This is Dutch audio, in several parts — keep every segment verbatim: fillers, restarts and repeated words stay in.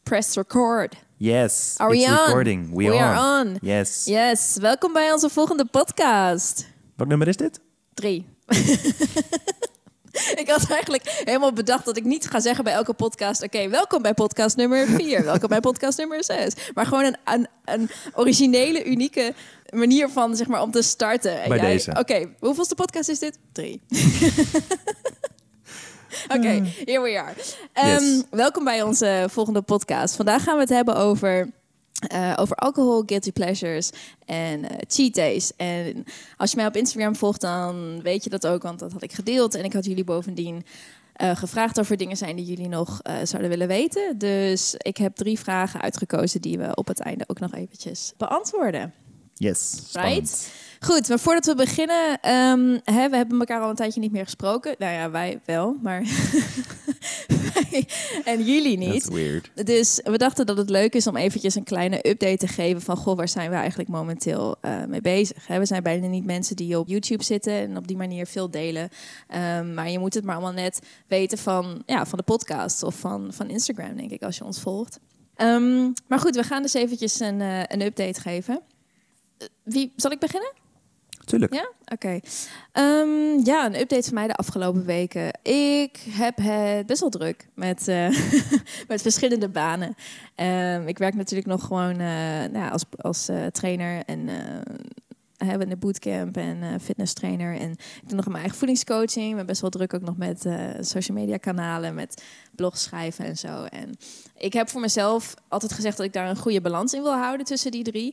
press record. Yes, Are it's we on? recording. We, We are. are on. Yes. Yes, welkom bij onze volgende podcast. Wat nummer is dit? Drie. Ik had eigenlijk helemaal bedacht dat ik niet ga zeggen bij elke podcast... oké, okay, welkom bij podcast nummer vier, welkom bij podcast nummer zes. Maar gewoon een, een, een originele, unieke manier van, zeg maar, om te starten. En bij jij, deze. Oké, okay, hoeveelste podcast is dit? Drie. Oké, okay, here we are. Um, Yes. Welkom bij onze volgende podcast. Vandaag gaan we het hebben over... Uh, over alcohol, guilty pleasures en uh, cheat days. En als je mij op Instagram volgt, dan weet je dat ook, want dat had ik gedeeld. En ik had jullie bovendien uh, gevraagd of er dingen zijn die jullie nog uh, zouden willen weten. Dus ik heb drie vragen uitgekozen die we op het einde ook nog eventjes beantwoorden. Yes, spannend. Right? Goed, maar voordat we beginnen, um, hè, we hebben elkaar al een tijdje niet meer gesproken. Nou ja, wij wel, maar wij en jullie niet. That's weird. Dus we dachten dat het leuk is om eventjes een kleine update te geven van, goh, waar zijn we eigenlijk momenteel uh, mee bezig? Hè? We zijn bijna niet mensen die op YouTube zitten en op die manier veel delen. Um, maar je moet het maar allemaal net weten van, ja, van de podcast of van, van Instagram, denk ik, als je ons volgt. Um, maar goed, we gaan dus eventjes een, uh, een update geven. Wie, zal ik beginnen? Tuurlijk. Ja? Oké. Okay. Um, ja, een update van mij de afgelopen weken. Ik heb het best wel druk met, uh, met verschillende banen. Um, ik werk natuurlijk nog gewoon uh, nou ja, als, als uh, trainer en... Uh, hebben in de bootcamp en uh, fitness trainer. En ik doe nog mijn eigen voedingscoaching. Ik ben best wel druk ook nog met uh, social media kanalen, met blogs schrijven en zo. En ik heb voor mezelf altijd gezegd dat ik daar een goede balans in wil houden tussen die drie.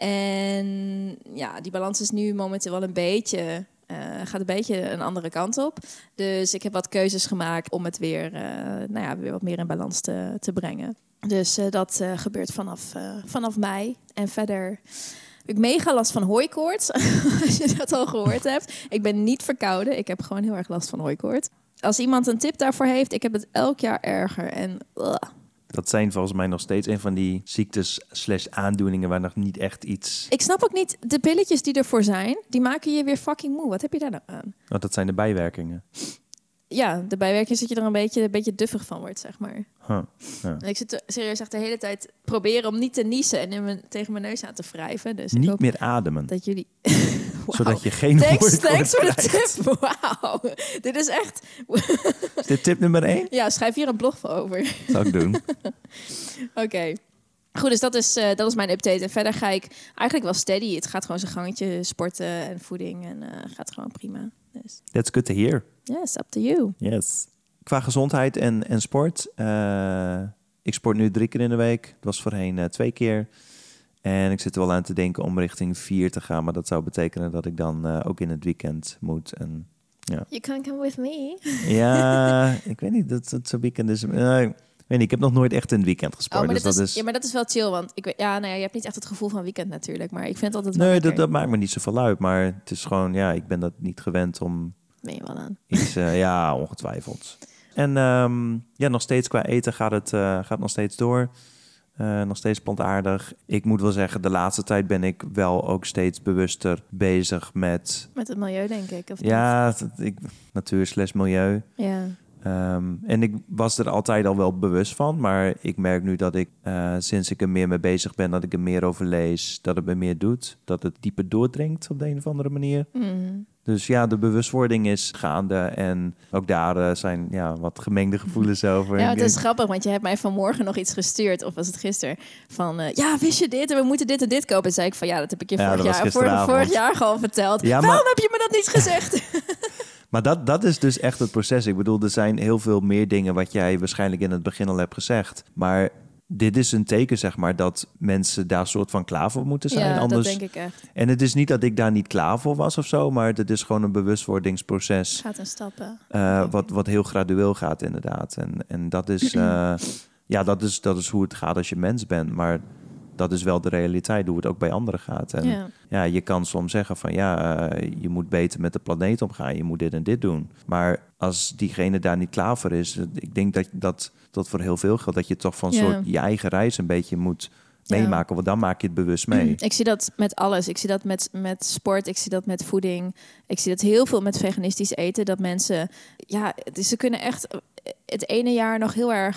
En ja, die balans is nu momenteel wel een beetje... Uh, gaat een beetje een andere kant op. Dus ik heb wat keuzes gemaakt om het weer, uh, nou ja, weer wat meer in balans te, te brengen. Dus uh, dat uh, gebeurt vanaf, uh, vanaf mei. En verder... heb ik mega last van hooikoorts, als je dat al gehoord hebt. Ik ben niet verkouden, ik heb gewoon heel erg last van hooikoorts. Als iemand een tip daarvoor heeft, ik heb het elk jaar erger. En, uh. Dat zijn volgens mij nog steeds een van die ziektes slash aandoeningen waar nog niet echt iets... Ik snap ook niet, de pilletjes die ervoor zijn, die maken je weer fucking moe. Wat heb je daar nou aan? Want dat zijn de bijwerkingen. Ja, de bijwerking is dat je er een beetje, een beetje duffig van wordt, zeg maar. Huh. Ja. Ik zit serieus echt de hele tijd proberen om niet te niezen en in mijn, tegen mijn neus aan te wrijven. Dus niet ik hoop meer ademen. dat jullie... Wow. Zodat je geen Thanks, thanks voor de krijgt. tip. Wauw. Dit is echt... Is dit tip nummer één? Ja, schrijf hier een blog voor over. Zou ik doen. Oké. Okay. Goed, dus dat is, uh, dat is mijn update. En verder ga ik eigenlijk wel steady. Het gaat gewoon zijn gangetje, sporten en voeding. En uh, gaat gewoon prima. Dus. That's good to hear. Yes, up to you. Yes. Qua gezondheid en, en sport. Uh, ik sport nu drie keer in de week. Dat was voorheen uh, twee keer. En ik zit er wel aan te denken om richting vier te gaan. Maar dat zou betekenen dat ik dan uh, ook in het weekend moet. En, ja. You can come with me. Ja, ik weet niet. Dat, dat zo'n weekend is... Uh, ik weet niet, ik heb nog nooit echt in het weekend gesport. Oh, maar dus dat dat is, is... Ja, maar dat is wel chill. Want ik weet, ja, nou ja, je hebt niet echt het gevoel van weekend natuurlijk. Maar ik vind het altijd wel Nee, dat, dat maakt me niet zoveel uit. Maar het is gewoon... Ja, ik ben dat niet gewend om... Ben je wel aan. Iets, uh, ja, ongetwijfeld. En um, ja, nog steeds qua eten gaat het uh, gaat nog steeds door. Uh, nog steeds plantaardig. Ik moet wel zeggen, de laatste tijd ben ik wel ook steeds bewuster bezig met... Met het milieu, denk ik. Of ja, het, ik, natuur slash milieu. Ja. Um, en ik was er altijd al wel bewust van. Maar ik merk nu dat ik, uh, sinds ik er meer mee bezig ben... dat ik er meer over lees, dat het me meer doet. Dat het dieper doordringt op de een of andere manier. Mm. Dus ja, de bewustwording is gaande en ook daar uh, zijn ja, wat gemengde gevoelens over. Ja, het is grappig, want je hebt mij vanmorgen nog iets gestuurd, of was het gisteren, van uh, ja, wist je dit en we moeten dit en dit kopen. En zei ik van ja, dat heb ik je ja, vorig, jaar, vorig, vorig jaar al verteld. Ja, Waarom maar... heb je me dat niet gezegd? Maar dat, dat is dus echt het proces. Ik bedoel, er zijn heel veel meer dingen wat jij waarschijnlijk in het begin al hebt gezegd. Maar... dit is een teken, zeg maar, dat mensen daar soort van klaar voor moeten zijn. Ja, Anders... dat denk ik echt. En het is niet dat ik daar niet klaar voor was of zo, maar het is gewoon een bewustwordingsproces. Het gaat in stappen. Uh, wat, wat heel gradueel gaat, inderdaad. En, en dat is, uh, ja, dat is, dat is hoe het gaat als je mens bent. Maar dat is wel de realiteit, hoe het ook bij anderen gaat. En ja, ja je kan soms zeggen van ja, uh, je moet beter met de planeet omgaan. Je moet dit en dit doen. Maar als diegene daar niet klaar voor is, ik denk dat dat, dat voor heel veel geldt. Dat je toch van ja. soort je eigen reis een beetje moet meemaken. Want dan maak je het bewust mee. Ik zie dat met alles. Ik zie dat met, met sport. Ik zie dat met voeding. Ik zie dat heel veel met veganistisch eten. Dat mensen, ja, dus ze kunnen echt het ene jaar nog heel erg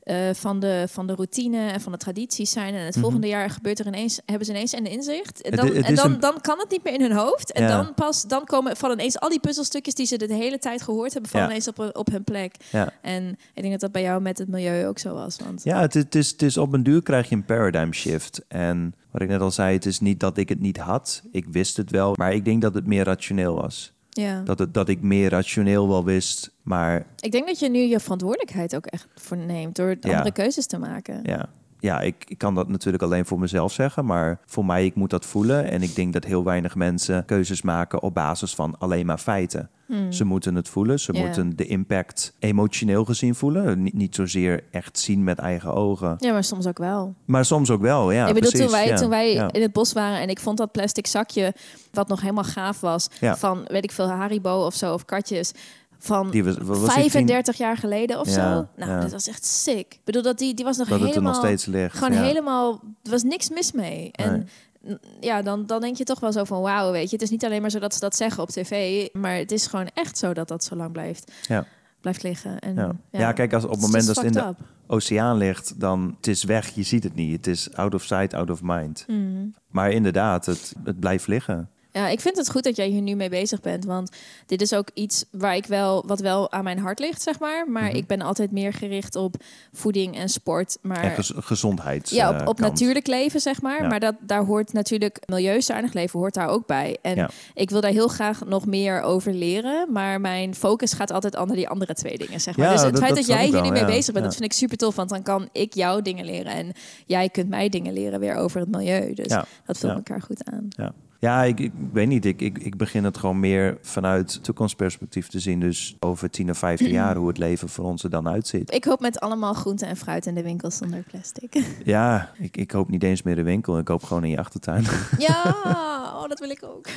uh, van, de, van de routine en van de tradities zijn. En het Mm-hmm. volgende jaar gebeurt er ineens, hebben ze ineens een inzicht. En, Het- dan, het en is dan, een- dan kan het niet meer in hun hoofd. En Ja. dan pas dan komen vallen ineens al die puzzelstukjes die ze de hele tijd gehoord hebben, vallen Ja. ineens op, op hun plek. Ja. En ik denk dat dat bij jou met het milieu ook zo was. Want Ja, het, het, is, het is op een duur krijg je een paradigm shift. En wat ik net al zei, het is niet dat ik het niet had. Ik wist het wel, maar ik denk dat het meer rationeel was. ja. Dat, het, dat ik meer rationeel wel wist, maar Ik denk dat je nu je verantwoordelijkheid ook echt voor neemt door Ja. andere keuzes te maken. ja... Ja, ik, ik kan dat natuurlijk alleen voor mezelf zeggen, maar voor mij, ik moet dat voelen. En ik denk dat heel weinig mensen keuzes maken op basis van alleen maar feiten. Hmm. Ze moeten het voelen, ze Ja. moeten de impact emotioneel gezien voelen. Niet, niet zozeer echt zien met eigen ogen. Ja, maar soms ook wel. Maar soms ook wel, ja. ik bedoel, precies, toen wij, ja, toen wij ja. in het bos waren en ik vond dat plastic zakje, wat nog helemaal gaaf was, Ja. van weet ik veel, Haribo of zo, of katjes, van Die was, wat was die vijfendertig jaar geleden of Ja, zo. Nou, ja. dat was echt sick. Ik bedoel, dat die, die was nog dat het er helemaal... nog steeds ligt. Gewoon ja. helemaal... Er was niks mis mee. En Nee. n- ja, dan, dan denk je toch wel zo van wauw, weet je. Het is niet alleen maar zo dat ze dat zeggen op tv, maar het is gewoon echt zo dat dat zo lang blijft, Ja. blijft liggen. En, Ja. Ja, kijk, als op het is moment just dat het in de fucked up. oceaan ligt, dan het is weg, je ziet het niet. Het is out of sight, out of mind. Mhm. Maar inderdaad, het, het blijft liggen. Ja, ik vind het goed dat jij hier nu mee bezig bent. Want dit is ook iets waar ik wel, wat wel aan mijn hart ligt, zeg maar. Maar Mhm. ik ben altijd meer gericht op voeding en sport. Maar En gez- gezondheids. ja, op, eh, op kant. natuurlijk leven, zeg maar. Ja. Maar dat, daar hoort natuurlijk milieuzuinig leven hoort daar ook bij. En Ja. ik wil daar heel graag nog meer over leren. Maar mijn focus gaat altijd al naar die andere twee dingen, zeg maar. Ja, dus het dat- feit dat dat, snap jij ik hier nu wel, mee ja. bezig bent, Ja. dat vind ik super tof. Want dan kan ik jou dingen leren en jij kunt mij dingen leren weer over het milieu. Dus Ja. dat vult Ja. elkaar goed aan. Ja, ja ik, ik weet niet. Ik, ik, ik begin het gewoon meer vanuit toekomstperspectief te zien. Dus over tien of vijftien jaar hoe het leven voor ons er dan uitziet. Ik hoop met allemaal groente en fruit in de winkel zonder plastic. Ja, ik, ik hoop niet eens meer de winkel. Ik hoop gewoon in je achtertuin. Ja, oh, dat wil ik ook.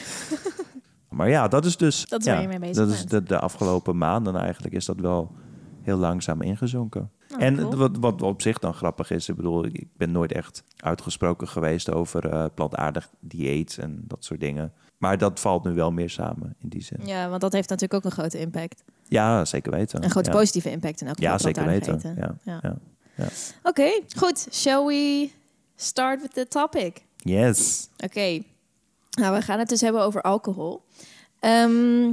Maar ja, dat is dus... Dat is ja, waar je mee bezig dat is bent. de, de afgelopen maanden eigenlijk is dat wel heel langzaam ingezonken. Nou, en cool. wat, wat op zich dan grappig is, ik bedoel, ik ben nooit echt uitgesproken geweest over eh, plantaardig dieet en dat soort dingen. Maar dat valt nu wel meer samen in die zin. Ja, want dat heeft natuurlijk ook een grote impact. Ja, zeker weten. Een grote ja. positieve impact in elk geval. Ja, zeker plantaardig weten. eten. Ja. Ja. Ja. Oké, goed. Shall we start with the topic? Yes. Oké. Nou, we gaan het dus hebben over alcohol. Ehm,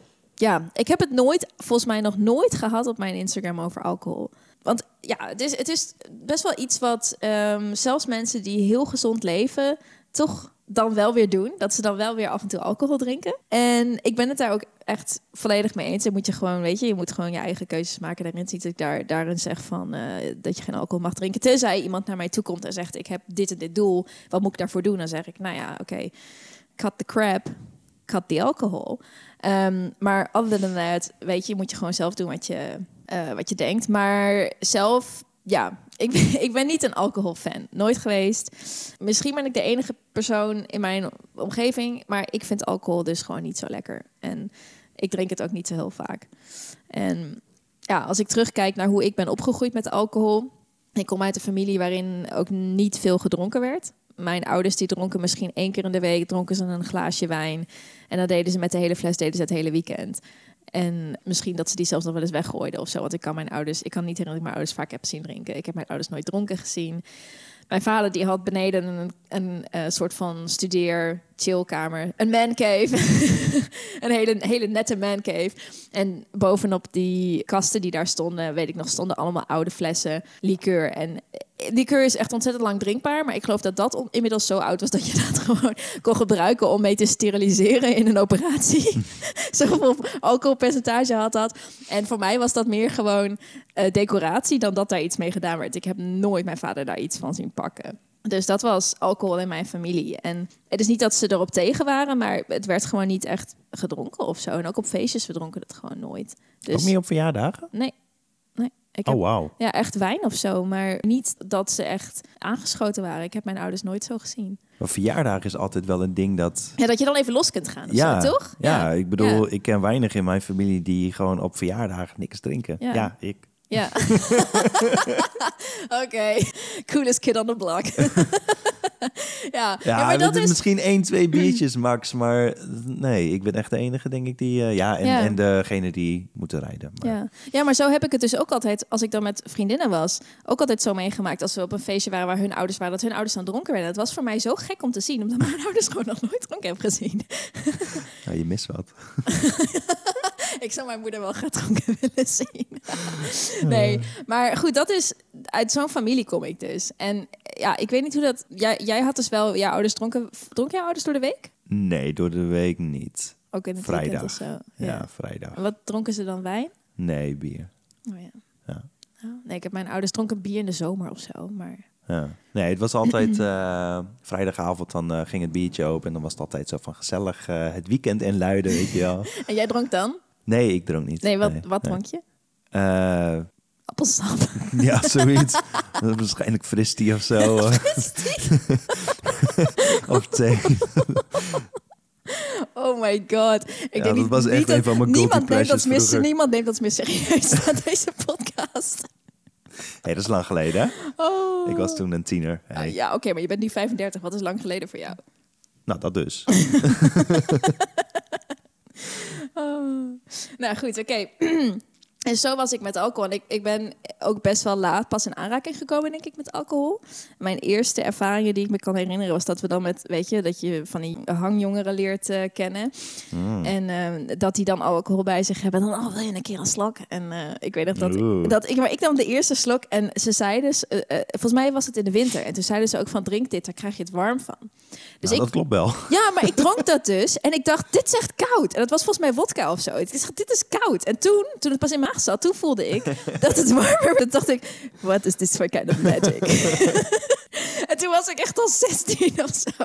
ja, ik heb het nooit, volgens mij nog nooit gehad op mijn Instagram over alcohol. Want ja, het is, het is best wel iets wat ehm, zelfs mensen die heel gezond leven toch dan wel weer doen. Dat ze dan wel weer af en toe alcohol drinken. En ik ben het daar ook echt volledig mee eens. Dan moet je gewoon, weet je, je moet gewoon je eigen keuzes maken. Daarin ziet ik daar, daarin zeg van uh, dat je geen alcohol mag drinken. Tenzij iemand naar mij toe komt en zegt, ik heb dit en dit doel. Wat moet ik daarvoor doen? Dan zeg ik, nou ja, oké, okay, cut the crap, cut the alcohol. Um, maar other than that, weet je, moet je gewoon zelf doen wat je, uh, wat je denkt. Maar zelf, ja, ik ben, ik ben niet een alcoholfan. Nooit geweest. Misschien ben ik de enige persoon in mijn omgeving. Maar ik vind alcohol dus gewoon niet zo lekker. En ik drink het ook niet zo heel vaak. En ja, als ik terugkijk naar hoe ik ben opgegroeid met alcohol. Ik kom uit een familie waarin ook niet veel gedronken werd. Mijn ouders die dronken misschien één keer in de week, dronken ze een glaasje wijn. En dan deden ze met de hele fles, deden ze het hele weekend. En misschien dat ze die zelfs nog wel eens weggooiden of zo. Want ik kan mijn ouders, ik kan niet herinneren dat ik mijn ouders vaak heb zien drinken. Ik heb mijn ouders nooit dronken gezien. Mijn vader die had beneden een, een, een uh, soort van studeer chillkamer, een mancave, een hele, hele nette mancave. En bovenop die kasten die daar stonden, weet ik nog, stonden allemaal oude flessen liqueur. En liqueur is echt ontzettend lang drinkbaar, maar ik geloof dat dat inmiddels zo oud was dat je dat gewoon kon gebruiken om mee te steriliseren in een operatie. Zoveel alcoholpercentage had dat. En voor mij was dat meer gewoon uh, decoratie dan dat daar iets mee gedaan werd. Ik heb nooit mijn vader daar iets van zien pakken. Dus dat was alcohol in mijn familie. En het is niet dat ze erop tegen waren, maar het werd gewoon niet echt gedronken of zo. En ook op feestjes, we dronken het gewoon nooit. Dus, ook niet op verjaardagen? Nee. nee. Ik heb, oh, wauw. Ja, echt wijn of zo, maar niet dat ze echt aangeschoten waren. Ik heb mijn ouders nooit zo gezien. Maar verjaardag is altijd wel een ding dat... Ja, dat je dan even los kunt gaan of ja, zo, toch? Ja, ja, ik bedoel, ja. ik ken weinig in mijn familie die gewoon op verjaardagen niks drinken. Ja, Ja, ik. Ja. Oké, okay. Coolest kid on the block. ja, Ja, ja, maar dat is... misschien één, twee biertjes max. Maar nee, ik ben echt de enige, denk ik, die... Uh, ja, en, ja, en degene die moeten rijden. Maar... Ja. ja, maar zo heb ik het dus ook altijd, als ik dan met vriendinnen was, ook altijd zo meegemaakt als we op een feestje waren waar hun ouders waren, dat hun ouders dan dronken werden. Het was voor mij zo gek om te zien, omdat mijn ouders gewoon nog nooit dronken hebben gezien. Ja, je mist wat. Ik zou mijn moeder wel gaan dronken willen zien. Nee, maar goed, dat is... Uit zo'n familie kom ik dus. En ja, ik weet niet hoe dat... Jij, jij had dus wel... Jouw ouders dronken... Dronken jouw ouders door de week? Nee, door de week niet. Ook in het vrijdag. weekend of zo? Ja, ja, vrijdag. En wat dronken ze dan? Wijn? Nee, bier. Oh ja. ja. Oh, nee, ik heb mijn ouders dronken bier in de zomer of zo, maar... Ja. Nee, het was altijd uh, vrijdagavond, dan uh, ging het biertje open en dan was het altijd zo van gezellig uh, het weekend in Luiden, weet je wel. En jij dronk dan? Nee, ik dronk niet. Nee, wat, nee, wat nee. dronk je? Uh, Appelsap. Ja, zoiets. Waarschijnlijk fristie of zo. Fristie? Of thee. Oh my god. Ik ja, denk dat niet, was echt niet een van mijn guilty pleasures meer, vroeger. Niemand neemt dat meer serieus aan deze podcast. Hey, dat is lang geleden, hè? Oh. Ik was toen een tiener. Hey. Uh, ja, oké, okay, maar je bent nu vijfendertig. Wat is lang geleden voor jou? Nou, dat dus. Oh. Nou goed, oké. Okay. En zo was ik met alcohol. En ik, ik ben ook best wel laat pas in aanraking gekomen, denk ik, met alcohol. Mijn eerste ervaringen die ik me kan herinneren was dat we dan met, weet je, dat je van die hangjongeren leert uh, kennen. Mm. En uh, dat die dan alcohol bij zich hebben. En dan, oh, wil je een keer een slok? En uh, ik weet nog dat, ik, dat ik, maar ik nam de eerste slok en ze zeiden, dus, uh, uh, volgens mij was het in de winter. En toen zeiden ze ook van, drink dit, daar krijg je het warm van. Dus nou, ik, dat klopt wel. Ja, maar ik dronk dat dus. En ik dacht, dit is echt koud. En dat was volgens mij vodka of zo. Ik dacht, dit is koud. En toen, toen het pas in mijn maag zat, toen voelde ik dat het warmer werd. Toen dacht ik, what is this for kind of magic? En toen was ik echt al zestien of zo.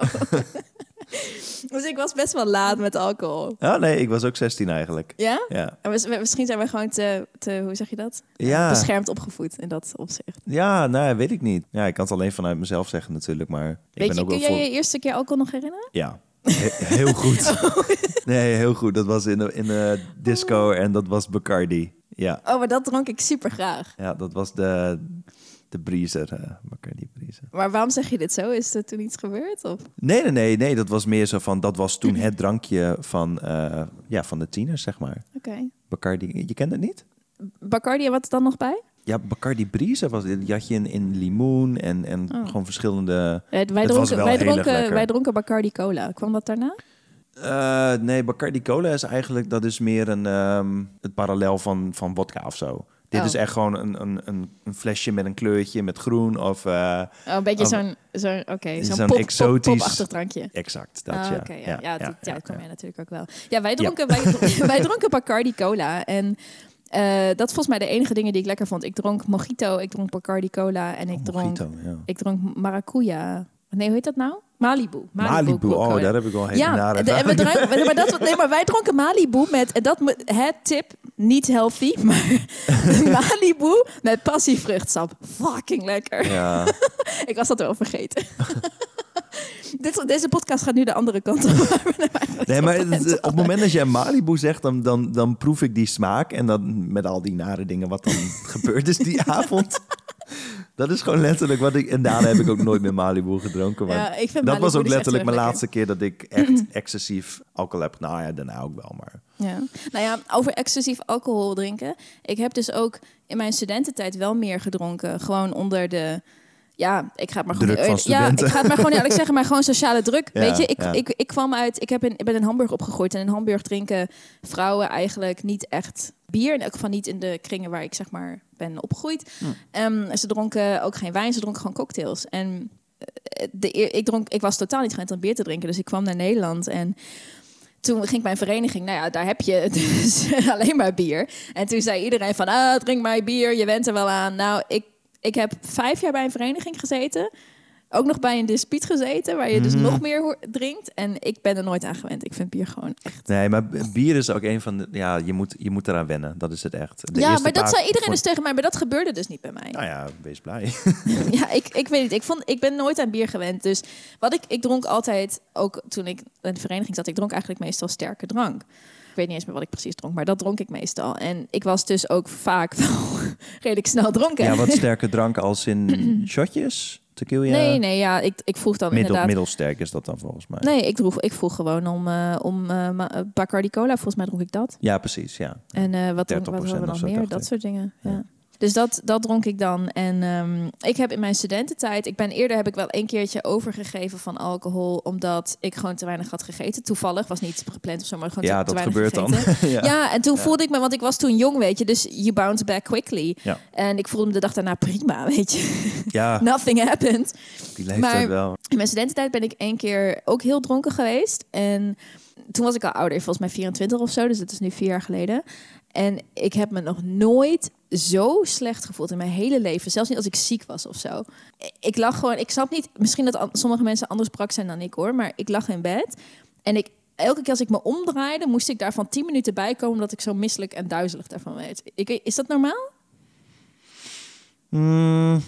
Dus ik was best wel laat met alcohol. Ja, nee, ik was ook zestien eigenlijk. Ja? Ja. En we, misschien zijn we gewoon te, te, hoe zeg je dat? Ja. Beschermd opgevoed in dat opzicht. Ja, nou, weet ik niet. Ja, ik kan het alleen vanuit mezelf zeggen natuurlijk, maar... Ik Weet ben je, ook kun wel jij voor... je eerste keer alcohol nog herinneren? Ja, He- heel goed. Nee, heel goed. Dat was in de, in de disco en dat was Bacardi. Ja. Oh, maar dat dronk ik super graag. Ja, dat was de, de breezer, uh, Bacardi breezer. Maar waarom zeg je dit zo? Is er toen iets gebeurd? Of? Nee, nee, nee, nee. Dat was meer zo van, dat was toen het drankje van, uh, ja, van de tieners, zeg maar. Oké. Okay. Bacardi, je kent het niet? Bacardi, en wat is dan nog bij? Ja, Bacardi breezer was die had je in, in limoen en, en oh. gewoon verschillende... Ja, wij, dronken, wij, dronken, wij dronken Bacardi Cola. Kwam dat daarna? Uh, nee, Bacardi Cola is eigenlijk, dat is meer een, um, het parallel van, van vodka of zo. Dit oh. is echt gewoon een, een, een, een flesje met een kleurtje, met groen of... Uh, oh, een beetje of, zo'n, zo'n, okay, zo'n, zo'n pop, exotisch... Pop, popachtig drankje. Exact, dat oh, ja. Okay, ja. Ja, ja, ja, ja, ja, dat kwam ja. jij natuurlijk ook wel. Ja, wij dronken, ja. Wij, wij dronken Bacardi Cola en... Uh, dat is volgens mij de enige dingen die ik lekker vond. Ik dronk mojito, ik dronk Bacardi Cola en ik, oh, dronk, mojito, ja. ik dronk maracuja. Nee, hoe heet dat nou? Malibu. Malibu, Malibu oh, daar heb ik wel hele ja, nare de, we dronk, maar, dat, nee, maar wij dronken Malibu met, en dat het tip, niet healthy, maar Malibu met passievruchtsap. Fucking lekker. Ja. Ik was dat wel vergeten. Dit, deze podcast gaat nu de andere kant op. Nee, maar het, op het moment dat jij Malibu zegt, dan, dan, dan proef ik die smaak. En dan met al die nare dingen wat dan gebeurd is die avond. Dat is gewoon letterlijk wat ik... En daarna heb ik ook nooit meer Malibu gedronken. Ja, ik vind dat Malibu was ook dus letterlijk mijn lekker. laatste keer dat ik echt excessief alcohol heb. Nou ja, daarna ook wel, maar... Ja. Nou ja, over excessief alcohol drinken. Ik heb dus ook in mijn studententijd wel meer gedronken. Gewoon onder de... Ja, ik ga het maar gewoon... Druk van ja, ik ga het maar gewoon eerlijk zeggen, maar gewoon sociale druk. Ja, weet je, ik, ja. ik, ik kwam uit... Ik, heb in, ik ben in Hamburg opgegroeid. En in Hamburg drinken vrouwen eigenlijk niet echt bier. In elk geval niet in de kringen waar ik zeg maar ben opgegroeid. Hm. Um, ze dronken ook geen wijn, ze dronken gewoon cocktails. En de, ik, dronk, ik was totaal niet gewend om bier te drinken. Dus ik kwam naar Nederland en... Toen ging ik mijn vereniging, nou ja, daar heb je dus alleen maar bier. En toen zei iedereen van, ah, drink maar bier, je went er wel aan. Nou, ik, ik heb vijf jaar bij een vereniging gezeten. Ook nog bij een dispuut gezeten, waar je dus mm-hmm. nog meer ho- drinkt. En ik ben er nooit aan gewend. Ik vind bier gewoon echt... Nee, maar bier is ook een van de... Ja, je moet, je moet eraan wennen. Dat is het echt. De ja, maar dat zei iedereen voor... dus tegen mij. Maar dat gebeurde dus niet bij mij. Nou ja, wees blij. ja, ik, ik weet het. Ik, vond, ik ben nooit aan bier gewend. Dus wat ik, ik dronk altijd, ook toen ik in de vereniging zat... Ik dronk eigenlijk meestal sterke drank. Ik weet niet eens meer wat ik precies dronk, maar dat dronk ik meestal. En ik was dus ook vaak wel redelijk snel dronken. Ja, wat sterke drank als in shotjes? Tequila? Nee, nee, ja, ik, ik vroeg dan Middel, inderdaad... Middelsterk is dat dan volgens mij. Nee, ik, droeg, ik vroeg gewoon om, uh, om uh, Bacardi Cola. Volgens mij dronk ik dat. Ja, precies, ja. En uh, wat, wat hadden we nog meer? Dat soort dingen, ja. ja. Dus dat, dat dronk ik dan. En um, ik heb in mijn studententijd... Ik ben eerder heb ik wel een keertje overgegeven van alcohol... omdat ik gewoon te weinig had gegeten. Toevallig, was niet gepland of zo, maar gewoon ja, te, te dat weinig gebeurt gegeten. dan. ja. ja, en toen ja. voelde ik me... Want ik was toen jong, weet je. Dus you bounce back quickly. Ja. En ik voelde me de dag daarna prima, weet je. Ja. Nothing happened. Die leeftijd wel. In mijn studententijd ben ik één keer ook heel dronken geweest. En toen was ik al ouder, volgens mij vierentwintig of zo. Dus dat is nu vier jaar geleden. En ik heb me nog nooit zo slecht gevoeld in mijn hele leven. Zelfs niet als ik ziek was of zo. Ik lag gewoon... Ik snap niet... Misschien dat sommige mensen anders brak zijn dan ik, hoor. Maar ik lag in bed. En ik, elke keer als ik me omdraaide... moest ik daar van tien minuten bij komen... omdat ik zo misselijk en duizelig daarvan werd. Ik, is dat normaal? Mm.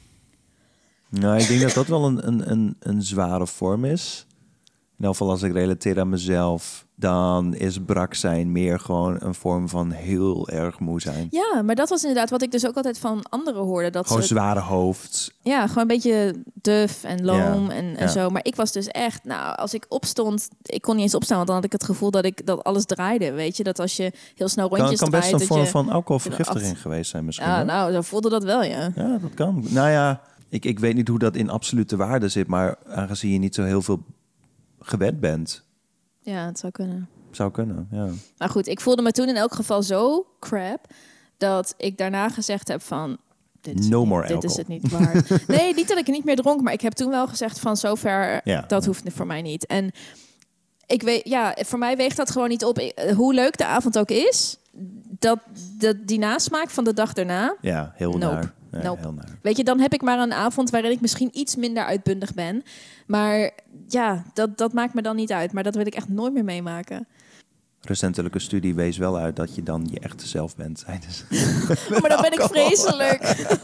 Nou, ik denk dat dat wel een, een, een, een zware vorm is. In ieder geval als ik relateer aan mezelf... dan is brak zijn meer gewoon een vorm van heel erg moe zijn. Ja, maar dat was inderdaad wat ik dus ook altijd van anderen hoorde. Dat gewoon ze, zware hoofd. Ja, gewoon een beetje duf en loom ja, en, en ja. zo. Maar ik was dus echt, nou, als ik opstond... Ik kon niet eens opstaan, want dan had ik het gevoel dat ik dat alles draaide. Weet je, dat als je heel snel rondjes kan, kan draait... best een vorm je, van alcoholvergiftiging geweest zijn misschien. Ja, hè? nou, zo voelde dat wel, ja. Ja, dat kan. Nou ja, ik, ik weet niet hoe dat in absolute waarde zit... maar aangezien je niet zo heel veel gewend bent... Ja, het zou kunnen. Zou kunnen, ja. Maar goed, ik voelde me toen in elk geval zo crap... dat ik daarna gezegd heb van... Dit is, no niet, more dit is het niet waard. Nee, niet dat ik niet meer dronk... maar ik heb toen wel gezegd van zover... Ja, dat ja. hoeft voor mij niet. En ik weet, ja, voor mij weegt dat gewoon niet op. Hoe leuk de avond ook is... dat, dat die nasmaak van de dag daarna... Ja, heel nope. naar. Ja, nope. heel naar. Weet je, dan heb ik maar een avond waarin ik misschien iets minder uitbundig ben. Maar ja, dat, dat maakt me dan niet uit. Maar dat wil ik echt nooit meer meemaken. Recentelijke studie wees wel uit dat je dan je echte zelf bent. Oh, maar dan ben ik vreselijk.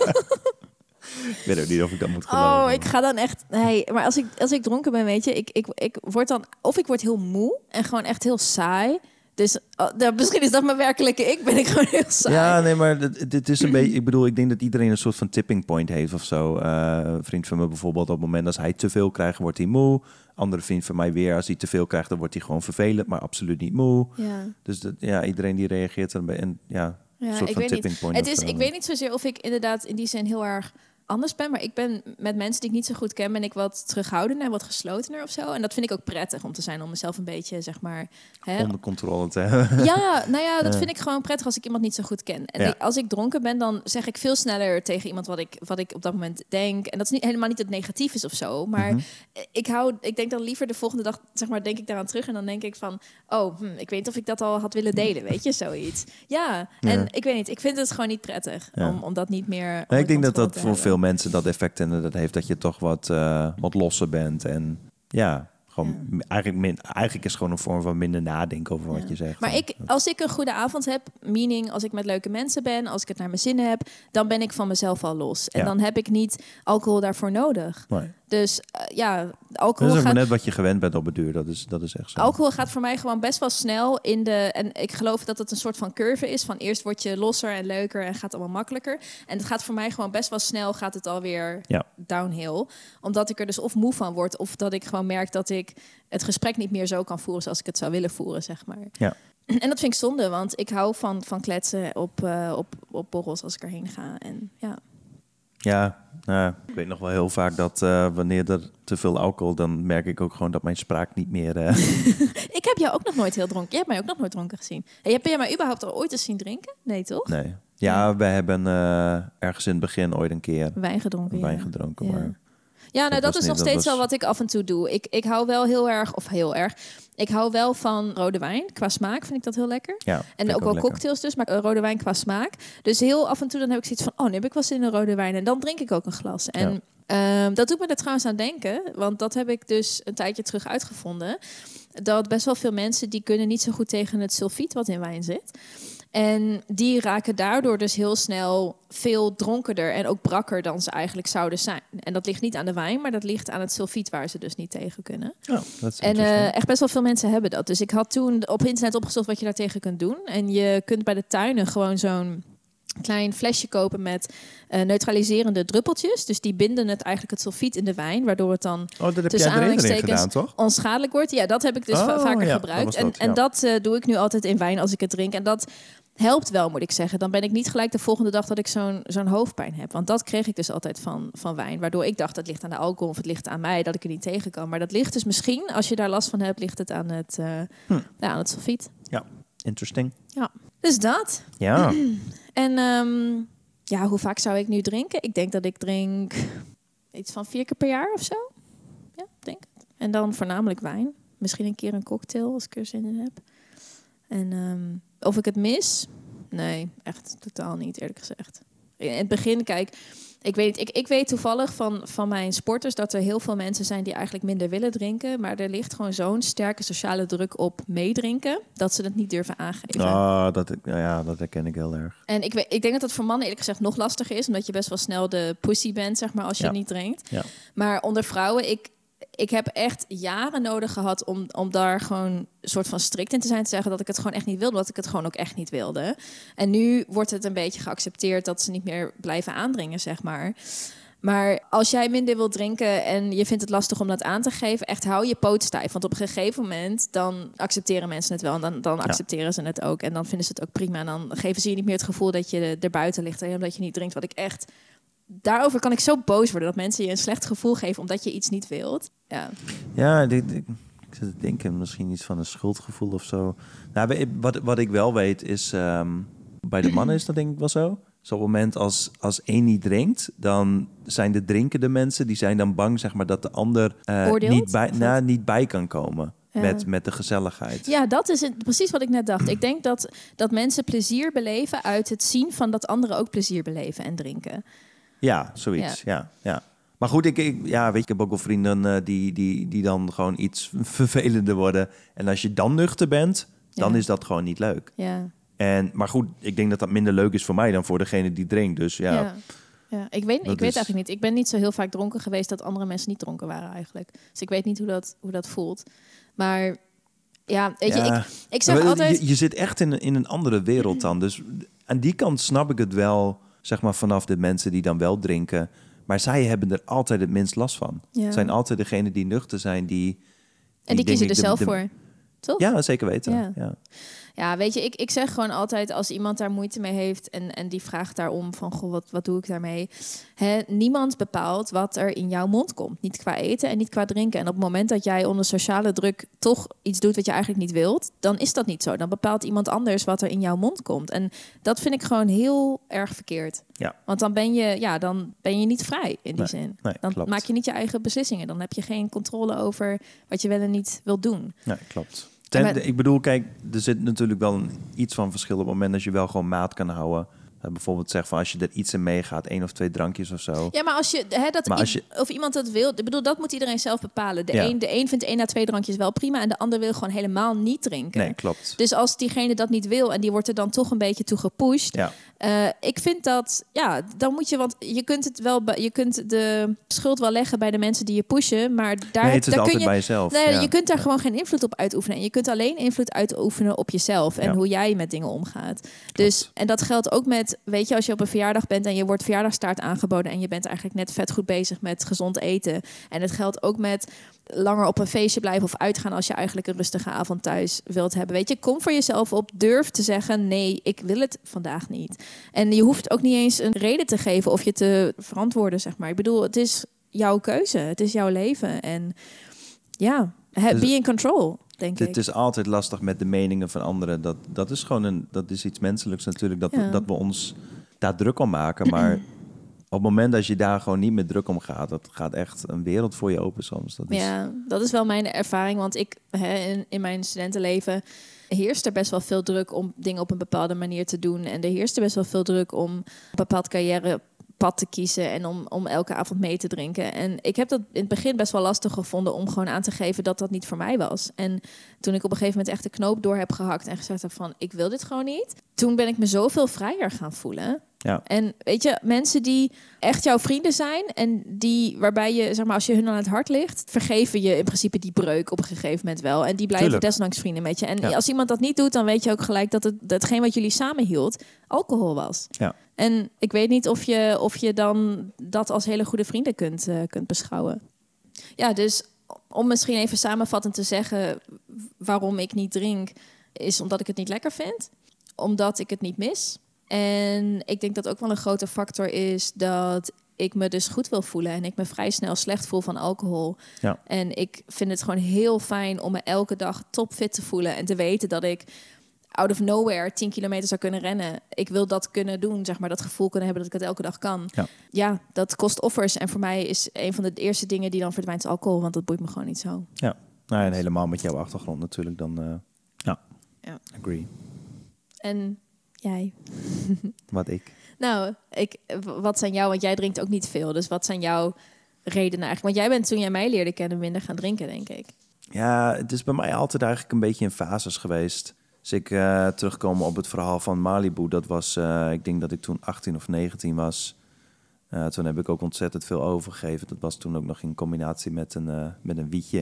Ik weet ook niet of ik dat moet geloven. Oh, ik ga dan echt... Nee, maar als ik, als ik dronken ben, weet je... Ik, ik, ik word dan... Of ik word heel moe en gewoon echt heel saai... Dus oh, nou, misschien is dat mijn werkelijke ik, ben ik gewoon heel saai. Ja, nee, maar dit, dit is een beetje... Ik bedoel, ik denk dat iedereen een soort van tipping point heeft of zo. Uh, een vriend van me bijvoorbeeld, op het moment als hij te veel krijgt, wordt hij moe. Andere vriend van mij weer, als hij te veel krijgt, dan wordt hij gewoon vervelend, maar absoluut niet moe. Ja. Dus dat, ja, iedereen die reageert er een beetje... En, ja, ja, een soort ik van weet tipping niet. point. Het is, of, ik weet niet zozeer of ik inderdaad in die zin heel erg... anders ben, maar ik ben met mensen die ik niet zo goed ken, ben ik wat terughoudender en wat geslotener of zo. En dat vind ik ook prettig om te zijn, om mezelf een beetje, zeg maar... Hè, onder controle te hebben. Ja, nou ja, dat vind ik gewoon prettig als ik iemand niet zo goed ken. En ja. als ik dronken ben, dan zeg ik veel sneller tegen iemand wat ik, wat ik op dat moment denk. En dat is niet, helemaal niet het negatief is of zo, maar mm-hmm. ik hou, ik denk dan liever de volgende dag, zeg maar, denk ik daaraan terug en dan denk ik van, oh, hm, ik weet niet of ik dat al had willen delen, weet je, zoiets. Ja, en ja. ik weet niet, ik vind het gewoon niet prettig ja. om, om dat niet meer... Nee, ik denk dat dat voor hebben. veel mensen dat effect en dat heeft dat je toch wat, uh, wat losser bent en ja... Gewoon, ja. eigenlijk, min, eigenlijk is het gewoon een vorm van minder nadenken over wat ja. je zegt. Maar ik, als ik een goede avond heb, meaning als ik met leuke mensen ben, als ik het naar mijn zin heb, dan ben ik van mezelf al los. En ja. dan heb ik niet alcohol daarvoor nodig. Nee. Dus uh, ja, alcohol dat is gaat... net wat je gewend bent op het duur, dat is, dat is echt zo. Alcohol gaat voor mij gewoon best wel snel in de... En ik geloof dat het een soort van curve is. Van eerst word je losser en leuker en gaat allemaal makkelijker. En het gaat voor mij gewoon best wel snel, gaat het alweer ja. downhill. Omdat ik er dus of moe van word, of dat ik gewoon merk dat ik het gesprek niet meer zo kan voeren zoals ik het zou willen voeren, zeg maar. Ja. En dat vind ik zonde, want ik hou van, van kletsen op, uh, op, op borrels als ik erheen ga. En ja... Ja, nou, ik weet nog wel heel vaak dat uh, wanneer er te veel alcohol... dan merk ik ook gewoon dat mijn spraak niet meer... Uh... Ik heb jou ook nog nooit heel dronken. Jij hebt mij ook nog nooit dronken gezien. Hey, heb jij mij überhaupt al ooit eens zien drinken? Nee, toch? Nee. Ja, we hebben uh, ergens in het begin ooit een keer... Wijn gedronken, Wijn ja. gedronken, ja. maar... Ja, nou, dat, dat is niet, nog dat steeds was... wel wat ik af en toe doe. Ik, ik hou wel heel erg, of heel erg... Ik hou wel van rode wijn. Qua smaak vind ik dat heel lekker. Ja, en ook, ook wel lekker. Cocktails dus, maar rode wijn qua smaak. Dus heel af en toe dan heb ik zoiets van... oh, nu heb ik wel zin in een rode wijn. En dan drink ik ook een glas. En ja. um, dat doet me er trouwens aan denken. Want dat heb ik dus een tijdje terug uitgevonden. Dat best wel veel mensen... die kunnen niet zo goed tegen het sulfiet wat in wijn zit. En die raken daardoor dus heel snel veel dronkerder en ook brakker dan ze eigenlijk zouden zijn. En dat ligt niet aan de wijn, maar dat ligt aan het sulfiet waar ze dus niet tegen kunnen. Oh, dat is en uh, echt best wel veel mensen hebben dat. Dus ik had toen op internet opgezocht wat je daartegen kunt doen. En je kunt bij de tuinen gewoon zo'n klein flesje kopen met uh, neutraliserende druppeltjes. Dus die binden het eigenlijk het sulfiet in de wijn, waardoor het dan Oh, dat heb tussen jij erin aanhalingstekens gedaan, toch? onschadelijk wordt. Ja, dat heb ik dus Oh, va- vaker ja, gebruikt. dat was dat, en en ja. dat uh, doe ik nu altijd in wijn als ik het drink. En dat helpt wel, moet ik zeggen. Dan ben ik niet gelijk de volgende dag dat ik zo'n, zo'n hoofdpijn heb. Want dat kreeg ik dus altijd van, van wijn. Waardoor ik dacht, dat ligt aan de alcohol of het ligt aan mij, dat ik er niet tegen kan. Maar dat ligt dus misschien, als je daar last van hebt, ligt het aan het, uh, hm. ja, aan het sulfiet. Ja, interesting. Ja, dus dat. Ja. En um, ja, hoe vaak zou ik nu drinken? Ik denk dat ik drink iets van vier keer per jaar of zo. Ja, denk het. En dan voornamelijk wijn. Misschien een keer een cocktail als ik er zin in heb. En um, of ik het mis? Nee, echt totaal niet, eerlijk gezegd. In het begin, kijk, ik weet, ik, ik weet toevallig van, van mijn sporters dat er heel veel mensen zijn die eigenlijk minder willen drinken. Maar er ligt gewoon zo'n sterke sociale druk op meedrinken dat ze het niet durven aangeven. Oh, dat, ja, dat herken ik heel erg. En ik, weet, ik denk dat het voor mannen eerlijk gezegd nog lastiger is, omdat je best wel snel de pussy bent, zeg maar, als je ja. niet drinkt. Ja. Maar onder vrouwen, ik, ik heb echt jaren nodig gehad om, om daar gewoon een soort van strikt in te zijn, te zeggen dat ik het gewoon echt niet wilde, omdat ik het gewoon ook echt niet wilde. En nu wordt het een beetje geaccepteerd dat ze niet meer blijven aandringen, zeg maar. Maar als jij minder wilt drinken en je vindt het lastig om dat aan te geven, echt hou je poot stijf. Want op een gegeven moment dan accepteren mensen het wel. En dan, dan ja. accepteren ze het ook. En dan vinden ze het ook prima. En dan geven ze je niet meer het gevoel dat je er buiten ligt. En omdat je niet drinkt. Wat ik echt... Daarover kan ik zo boos worden. Dat mensen je een slecht gevoel geven omdat je iets niet wilt. Ja, ja dit, ik, ik zit te denken. Misschien iets van een schuldgevoel of zo. Nou, wat, wat ik wel weet is... Um, bij de mannen is dat denk ik wel zo. Dus op het moment als, als één niet drinkt, dan zijn de drinkende mensen, die zijn dan bang, zeg maar, dat de ander uh, niet, bij, nou, niet bij kan komen ja. met, met de gezelligheid. Ja, dat is het, precies wat ik net dacht. Ik denk dat, dat mensen plezier beleven uit het zien van dat anderen ook plezier beleven en drinken. Ja, zoiets. Ja. Ja, ja. Maar goed, ik, ik, ja, weet je, ik heb ook wel vrienden uh, die, die, die dan gewoon iets vervelender worden. En als je dan nuchter bent, dan ja. is dat gewoon niet leuk. Ja. En, maar goed, ik denk dat dat minder leuk is voor mij dan voor degene die drinkt. Dus ja, ja. ja. Ik, weet, ik is... weet eigenlijk niet. Ik ben niet zo heel vaak dronken geweest dat andere mensen niet dronken waren eigenlijk. Dus ik weet niet hoe dat, hoe dat voelt. Maar ja, weet ja. je, ik, ik zeg maar, altijd... Je, je zit echt in, in een andere wereld dan. Dus aan die kant snap ik het wel, zeg maar, vanaf de mensen die dan wel drinken. Maar zij hebben er altijd het minst last van. Het ja. zijn altijd degenen die nuchter zijn, die... die en die kiezen er de, zelf de, voor, toch? Ja, zeker weten. Ja. Ja. Ja, weet je, ik, ik zeg gewoon altijd als iemand daar moeite mee heeft en, en die vraagt daarom van, goh, wat, wat doe ik daarmee? Hè, niemand bepaalt wat er in jouw mond komt. Niet qua eten en niet qua drinken. En op het moment dat jij onder sociale druk toch iets doet wat je eigenlijk niet wilt, dan is dat niet zo. Dan bepaalt iemand anders wat er in jouw mond komt. En dat vind ik gewoon heel erg verkeerd. Ja. Want dan ben je, ja, dan ben je niet vrij in die nee, zin. Nee, dan klopt. maak je niet je eigen beslissingen. Dan heb je geen controle over wat je wel en niet wilt doen. Nee, klopt. Ten, maar, ik bedoel, kijk, er zit natuurlijk wel een, iets van verschil op het moment dat je wel gewoon maat kan houden. Uh, bijvoorbeeld zeg van als je er iets in meegaat, één of twee drankjes of zo. Ja, maar als je, hè, dat maar als je... of iemand dat wil, ik bedoel, dat moet iedereen zelf bepalen. De, ja. een, de een vindt één à twee drankjes wel prima en de ander wil gewoon helemaal niet drinken. Nee, klopt. Dus als diegene dat niet wil en die wordt er dan toch een beetje toe gepusht. Ja. Uh, ik vind dat, ja, dan moet je, want je kunt het wel, je kunt de schuld wel leggen bij de mensen die je pushen, maar daar, nee, het is daar altijd kun je, bij jezelf. Nee, ja. je kunt daar ja. gewoon geen invloed op uitoefenen. En je kunt alleen invloed uitoefenen op jezelf en ja. hoe jij met dingen omgaat. Klopt. Dus, en dat geldt ook met, weet je, als je op een verjaardag bent en je wordt verjaardagstaart aangeboden en je bent eigenlijk net vet goed bezig met gezond eten. En het geldt ook met langer op een feestje blijven of uitgaan als je eigenlijk een rustige avond thuis wilt hebben. Weet je, kom voor jezelf op, durf te zeggen, nee, ik wil het vandaag niet. En je hoeft ook niet eens een reden te geven of je te verantwoorden, zeg maar. Ik bedoel, het is jouw keuze, het is jouw leven. En ja, be in control, denk het ik. Het is altijd lastig met de meningen van anderen. Dat, dat is gewoon een, dat is iets menselijks natuurlijk, dat, ja. we, dat we ons daar druk om maken. Maar op het moment dat je daar gewoon niet meer druk om gaat, dat gaat echt een wereld voor je open soms. Dat is... Ja, dat is wel mijn ervaring, want ik hè, in, in mijn studentenleven heerst er best wel veel druk om dingen op een bepaalde manier te doen. En er heerst er best wel veel druk om een bepaald carrièrepad te kiezen en om, om elke avond mee te drinken. En ik heb dat in het begin best wel lastig gevonden om gewoon aan te geven dat dat niet voor mij was. En toen ik op een gegeven moment echt de knoop door heb gehakt en gezegd heb van, ik wil dit gewoon niet. Toen ben ik me zoveel vrijer gaan voelen. Ja. En weet je, mensen die echt jouw vrienden zijn en die waarbij je, zeg maar, als je hun aan het hart ligt, vergeven je in principe die breuk op een gegeven moment wel. En die blijven Tuurlijk. desondanks vrienden met je. En Ja. als iemand dat niet doet, dan weet je ook gelijk dat het datgene wat jullie samen hield, alcohol was. Ja. En ik weet niet of je, of je dan dat als hele goede vrienden kunt, uh, kunt beschouwen. Ja, dus om misschien even samenvattend te zeggen waarom ik niet drink, is omdat ik het niet lekker vind. Omdat ik het niet mis. En ik denk dat ook wel een grote factor is dat ik me dus goed wil voelen. En ik me vrij snel slecht voel van alcohol. Ja. En ik vind het gewoon heel fijn om me elke dag topfit te voelen. En te weten dat ik out of nowhere tien kilometer zou kunnen rennen. Ik wil dat kunnen doen, zeg maar. Dat gevoel kunnen hebben dat ik het elke dag kan. Ja, ja dat kost offers. En voor mij is een van de eerste dingen die dan verdwijnt is alcohol. Want dat boeit me gewoon niet zo. Ja, nou, en helemaal met jouw achtergrond natuurlijk dan... Uh, ja, ja, agree. En jij? Wat ik? Nou, ik, wat zijn jouw... Want jij drinkt ook niet veel. Dus wat zijn jouw redenen eigenlijk? Want jij bent toen jij mij leerde kennen minder gaan drinken, denk ik. Ja, het is bij mij altijd eigenlijk een beetje in fases geweest. Als ik uh, terugkom op het verhaal van Malibu, dat was... Uh, ik denk dat ik toen achttien of negentien was. Uh, toen heb ik ook ontzettend veel overgegeven. Dat was toen ook nog in combinatie met een, uh, met een wietje.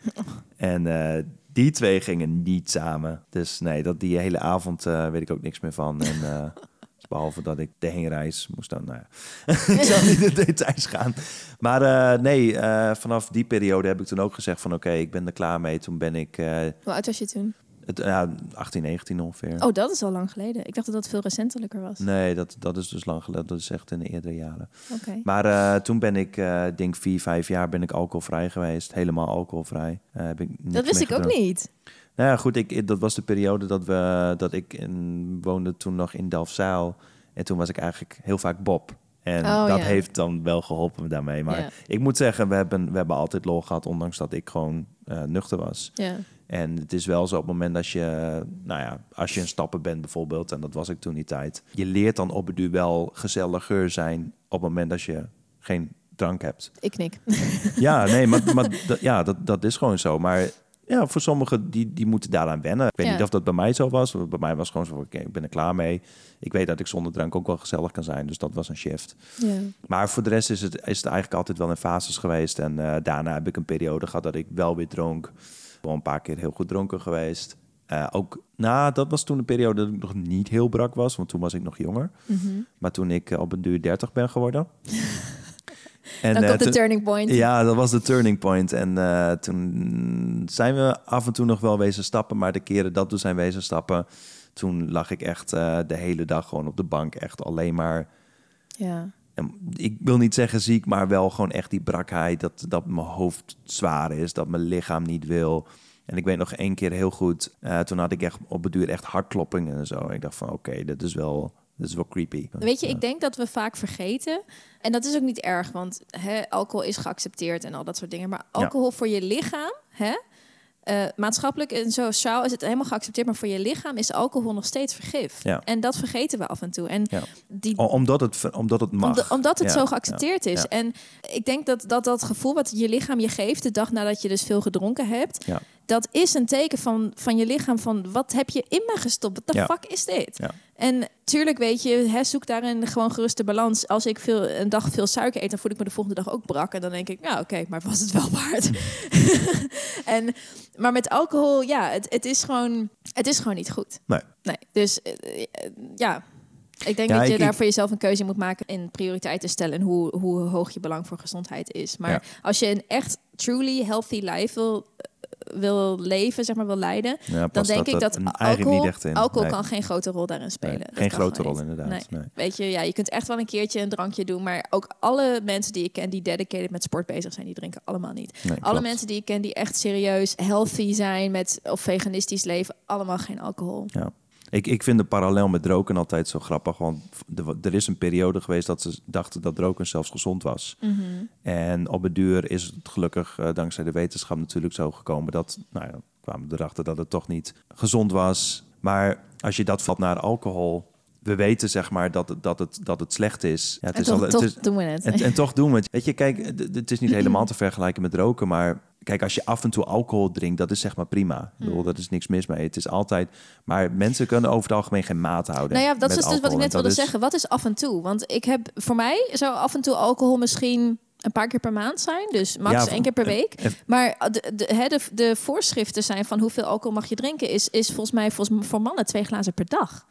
En uh, die twee gingen niet samen. Dus nee, dat die hele avond uh, weet ik ook niks meer van. En uh, behalve dat ik de heenreis moest dan... Nou ja. Ik zal niet in de details gaan. Maar uh, nee, uh, vanaf die periode heb ik toen ook gezegd van... oké, okay, ik ben er klaar mee. Toen ben ik... Uh, Hoe oud was je toen? Het, ja, achttien, negentien ongeveer. Oh, dat is al lang geleden. Ik dacht dat dat veel recentelijker was. Nee, dat, dat is dus lang geleden. Dat is echt in de eerdere jaren. Okay. Maar uh, toen ben ik, uh, denk vier, vijf jaar ben ik alcoholvrij geweest. Helemaal alcoholvrij. Uh, heb ik dat wist ik gedaan. ook niet. Nou ja, goed. Ik, dat was de periode dat, we, dat ik in, woonde toen nog in Delfzijl. En toen was ik eigenlijk heel vaak Bob. En oh, dat ja. heeft dan wel geholpen daarmee. Maar ja. ik moet zeggen, we hebben, we hebben altijd lol gehad. Ondanks dat ik gewoon uh, nuchter was. Ja. En het is wel zo op het moment dat je, nou ja, als je een stapper bent bijvoorbeeld, en dat was ik toen die tijd, je leert dan op het duur wel gezelliger zijn op het moment dat je geen drank hebt. Ik knik. Ja, nee, maar, maar d- ja, dat, dat is gewoon zo. Maar ja, voor sommigen die, die moeten daaraan wennen. Ik weet ja. niet of dat bij mij zo was. Bij mij was gewoon zo, oké, ik ben er klaar mee. Ik weet dat ik zonder drank ook wel gezellig kan zijn. Dus dat was een shift. Ja. Maar voor de rest is het, is het eigenlijk altijd wel in fases geweest. En uh, daarna heb ik een periode gehad dat ik wel weer dronk. Wel een paar keer heel goed dronken geweest. Uh, ook, nou, dat was toen een periode dat ik nog niet heel brak was. Want toen was ik nog jonger. Mm-hmm. Maar toen ik uh, op een duur dertig ben geworden... En, Dan uh, komt de turning point. Ja, dat was de turning point. En uh, toen zijn we af en toe nog wel wezen stappen. Maar de keren dat we zijn wezen stappen... toen lag ik echt uh, de hele dag gewoon op de bank. Echt alleen maar... Ja. En ik wil niet zeggen ziek, maar wel gewoon echt die brakheid. Dat, dat mijn hoofd zwaar is, dat mijn lichaam niet wil. En ik weet nog één keer heel goed... Uh, toen had ik echt op het duur echt hartkloppingen en zo. En ik dacht van oké, okay, dit is wel... Dat is wel creepy. Weet je, ja. ik denk dat we vaak vergeten... en dat is ook niet erg, want hè, alcohol is geaccepteerd en al dat soort dingen. Maar alcohol ja. voor je lichaam... Hè, uh, maatschappelijk en sociaal is het helemaal geaccepteerd... maar voor je lichaam is alcohol nog steeds vergif. Ja. En dat vergeten we af en toe. En ja. die, omdat, het, omdat het mag. Om de, omdat het ja. zo geaccepteerd ja. is. Ja. En ik denk dat, dat dat gevoel wat je lichaam je geeft... de dag nadat je dus veel gedronken hebt... Ja. dat is een teken van, van je lichaam van... wat heb je in me gestopt? Wat de ja. fuck is dit? Ja. En tuurlijk weet je, hè, zoek daarin gewoon gerust de balans. Als ik veel, een dag veel suiker eet, dan voel ik me de volgende dag ook brak. En dan denk ik, ja oké, okay, maar was het wel waard? en, maar met alcohol, ja, het, het, is gewoon, het is gewoon niet goed. Nee. nee dus uh, ja... Ik denk ja, dat je ik, daar voor jezelf een keuze moet maken in prioriteiten stellen en hoe, hoe hoog je belang voor gezondheid is. Maar ja. als je een echt truly healthy life wil, wil leven, zeg maar wil leiden, ja, dan denk dat ik dat alcohol, niet echt in. alcohol nee. kan geen grote rol daarin spelen. Nee, geen grote rol inderdaad. Nee. Nee. Weet je, ja, je kunt echt wel een keertje een drankje doen, maar ook alle mensen die ik ken die dedicated met sport bezig zijn, die drinken allemaal niet. Nee, alle mensen die ik ken die echt serieus healthy zijn met of veganistisch leven, allemaal geen alcohol. Ja. Ik, ik vind de parallel met roken altijd zo grappig. Want de, er is een periode geweest dat ze dachten dat roken zelfs gezond was. Mm-hmm. En op het duur is het gelukkig uh, dankzij de wetenschap natuurlijk zo gekomen... dat, nou ja, kwamen we erachter dat het toch niet gezond was. Maar als je dat valt naar alcohol... We weten zeg maar dat het, dat het, dat het slecht is. Ja, het en is toch, al, toch het is, doen we het. En, en toch doen we het. Weet je, kijk, het is niet helemaal te vergelijken met roken... maar kijk, als je af en toe alcohol drinkt, dat is zeg maar prima. Mm. Ik bedoel, dat is niks mis mee. Het is altijd... Maar mensen kunnen over het algemeen geen maat houden. Nou ja, dat is dus alcohol. wat ik net dat wilde is... zeggen. Wat is af en toe? Want ik heb... Voor mij zou af en toe alcohol misschien... een paar keer per maand zijn, dus max ja, één keer per week. Uh, uh, maar de, de, de, de voorschriften zijn van hoeveel alcohol mag je drinken... is, is volgens mij volgens, voor mannen twee glazen per dag.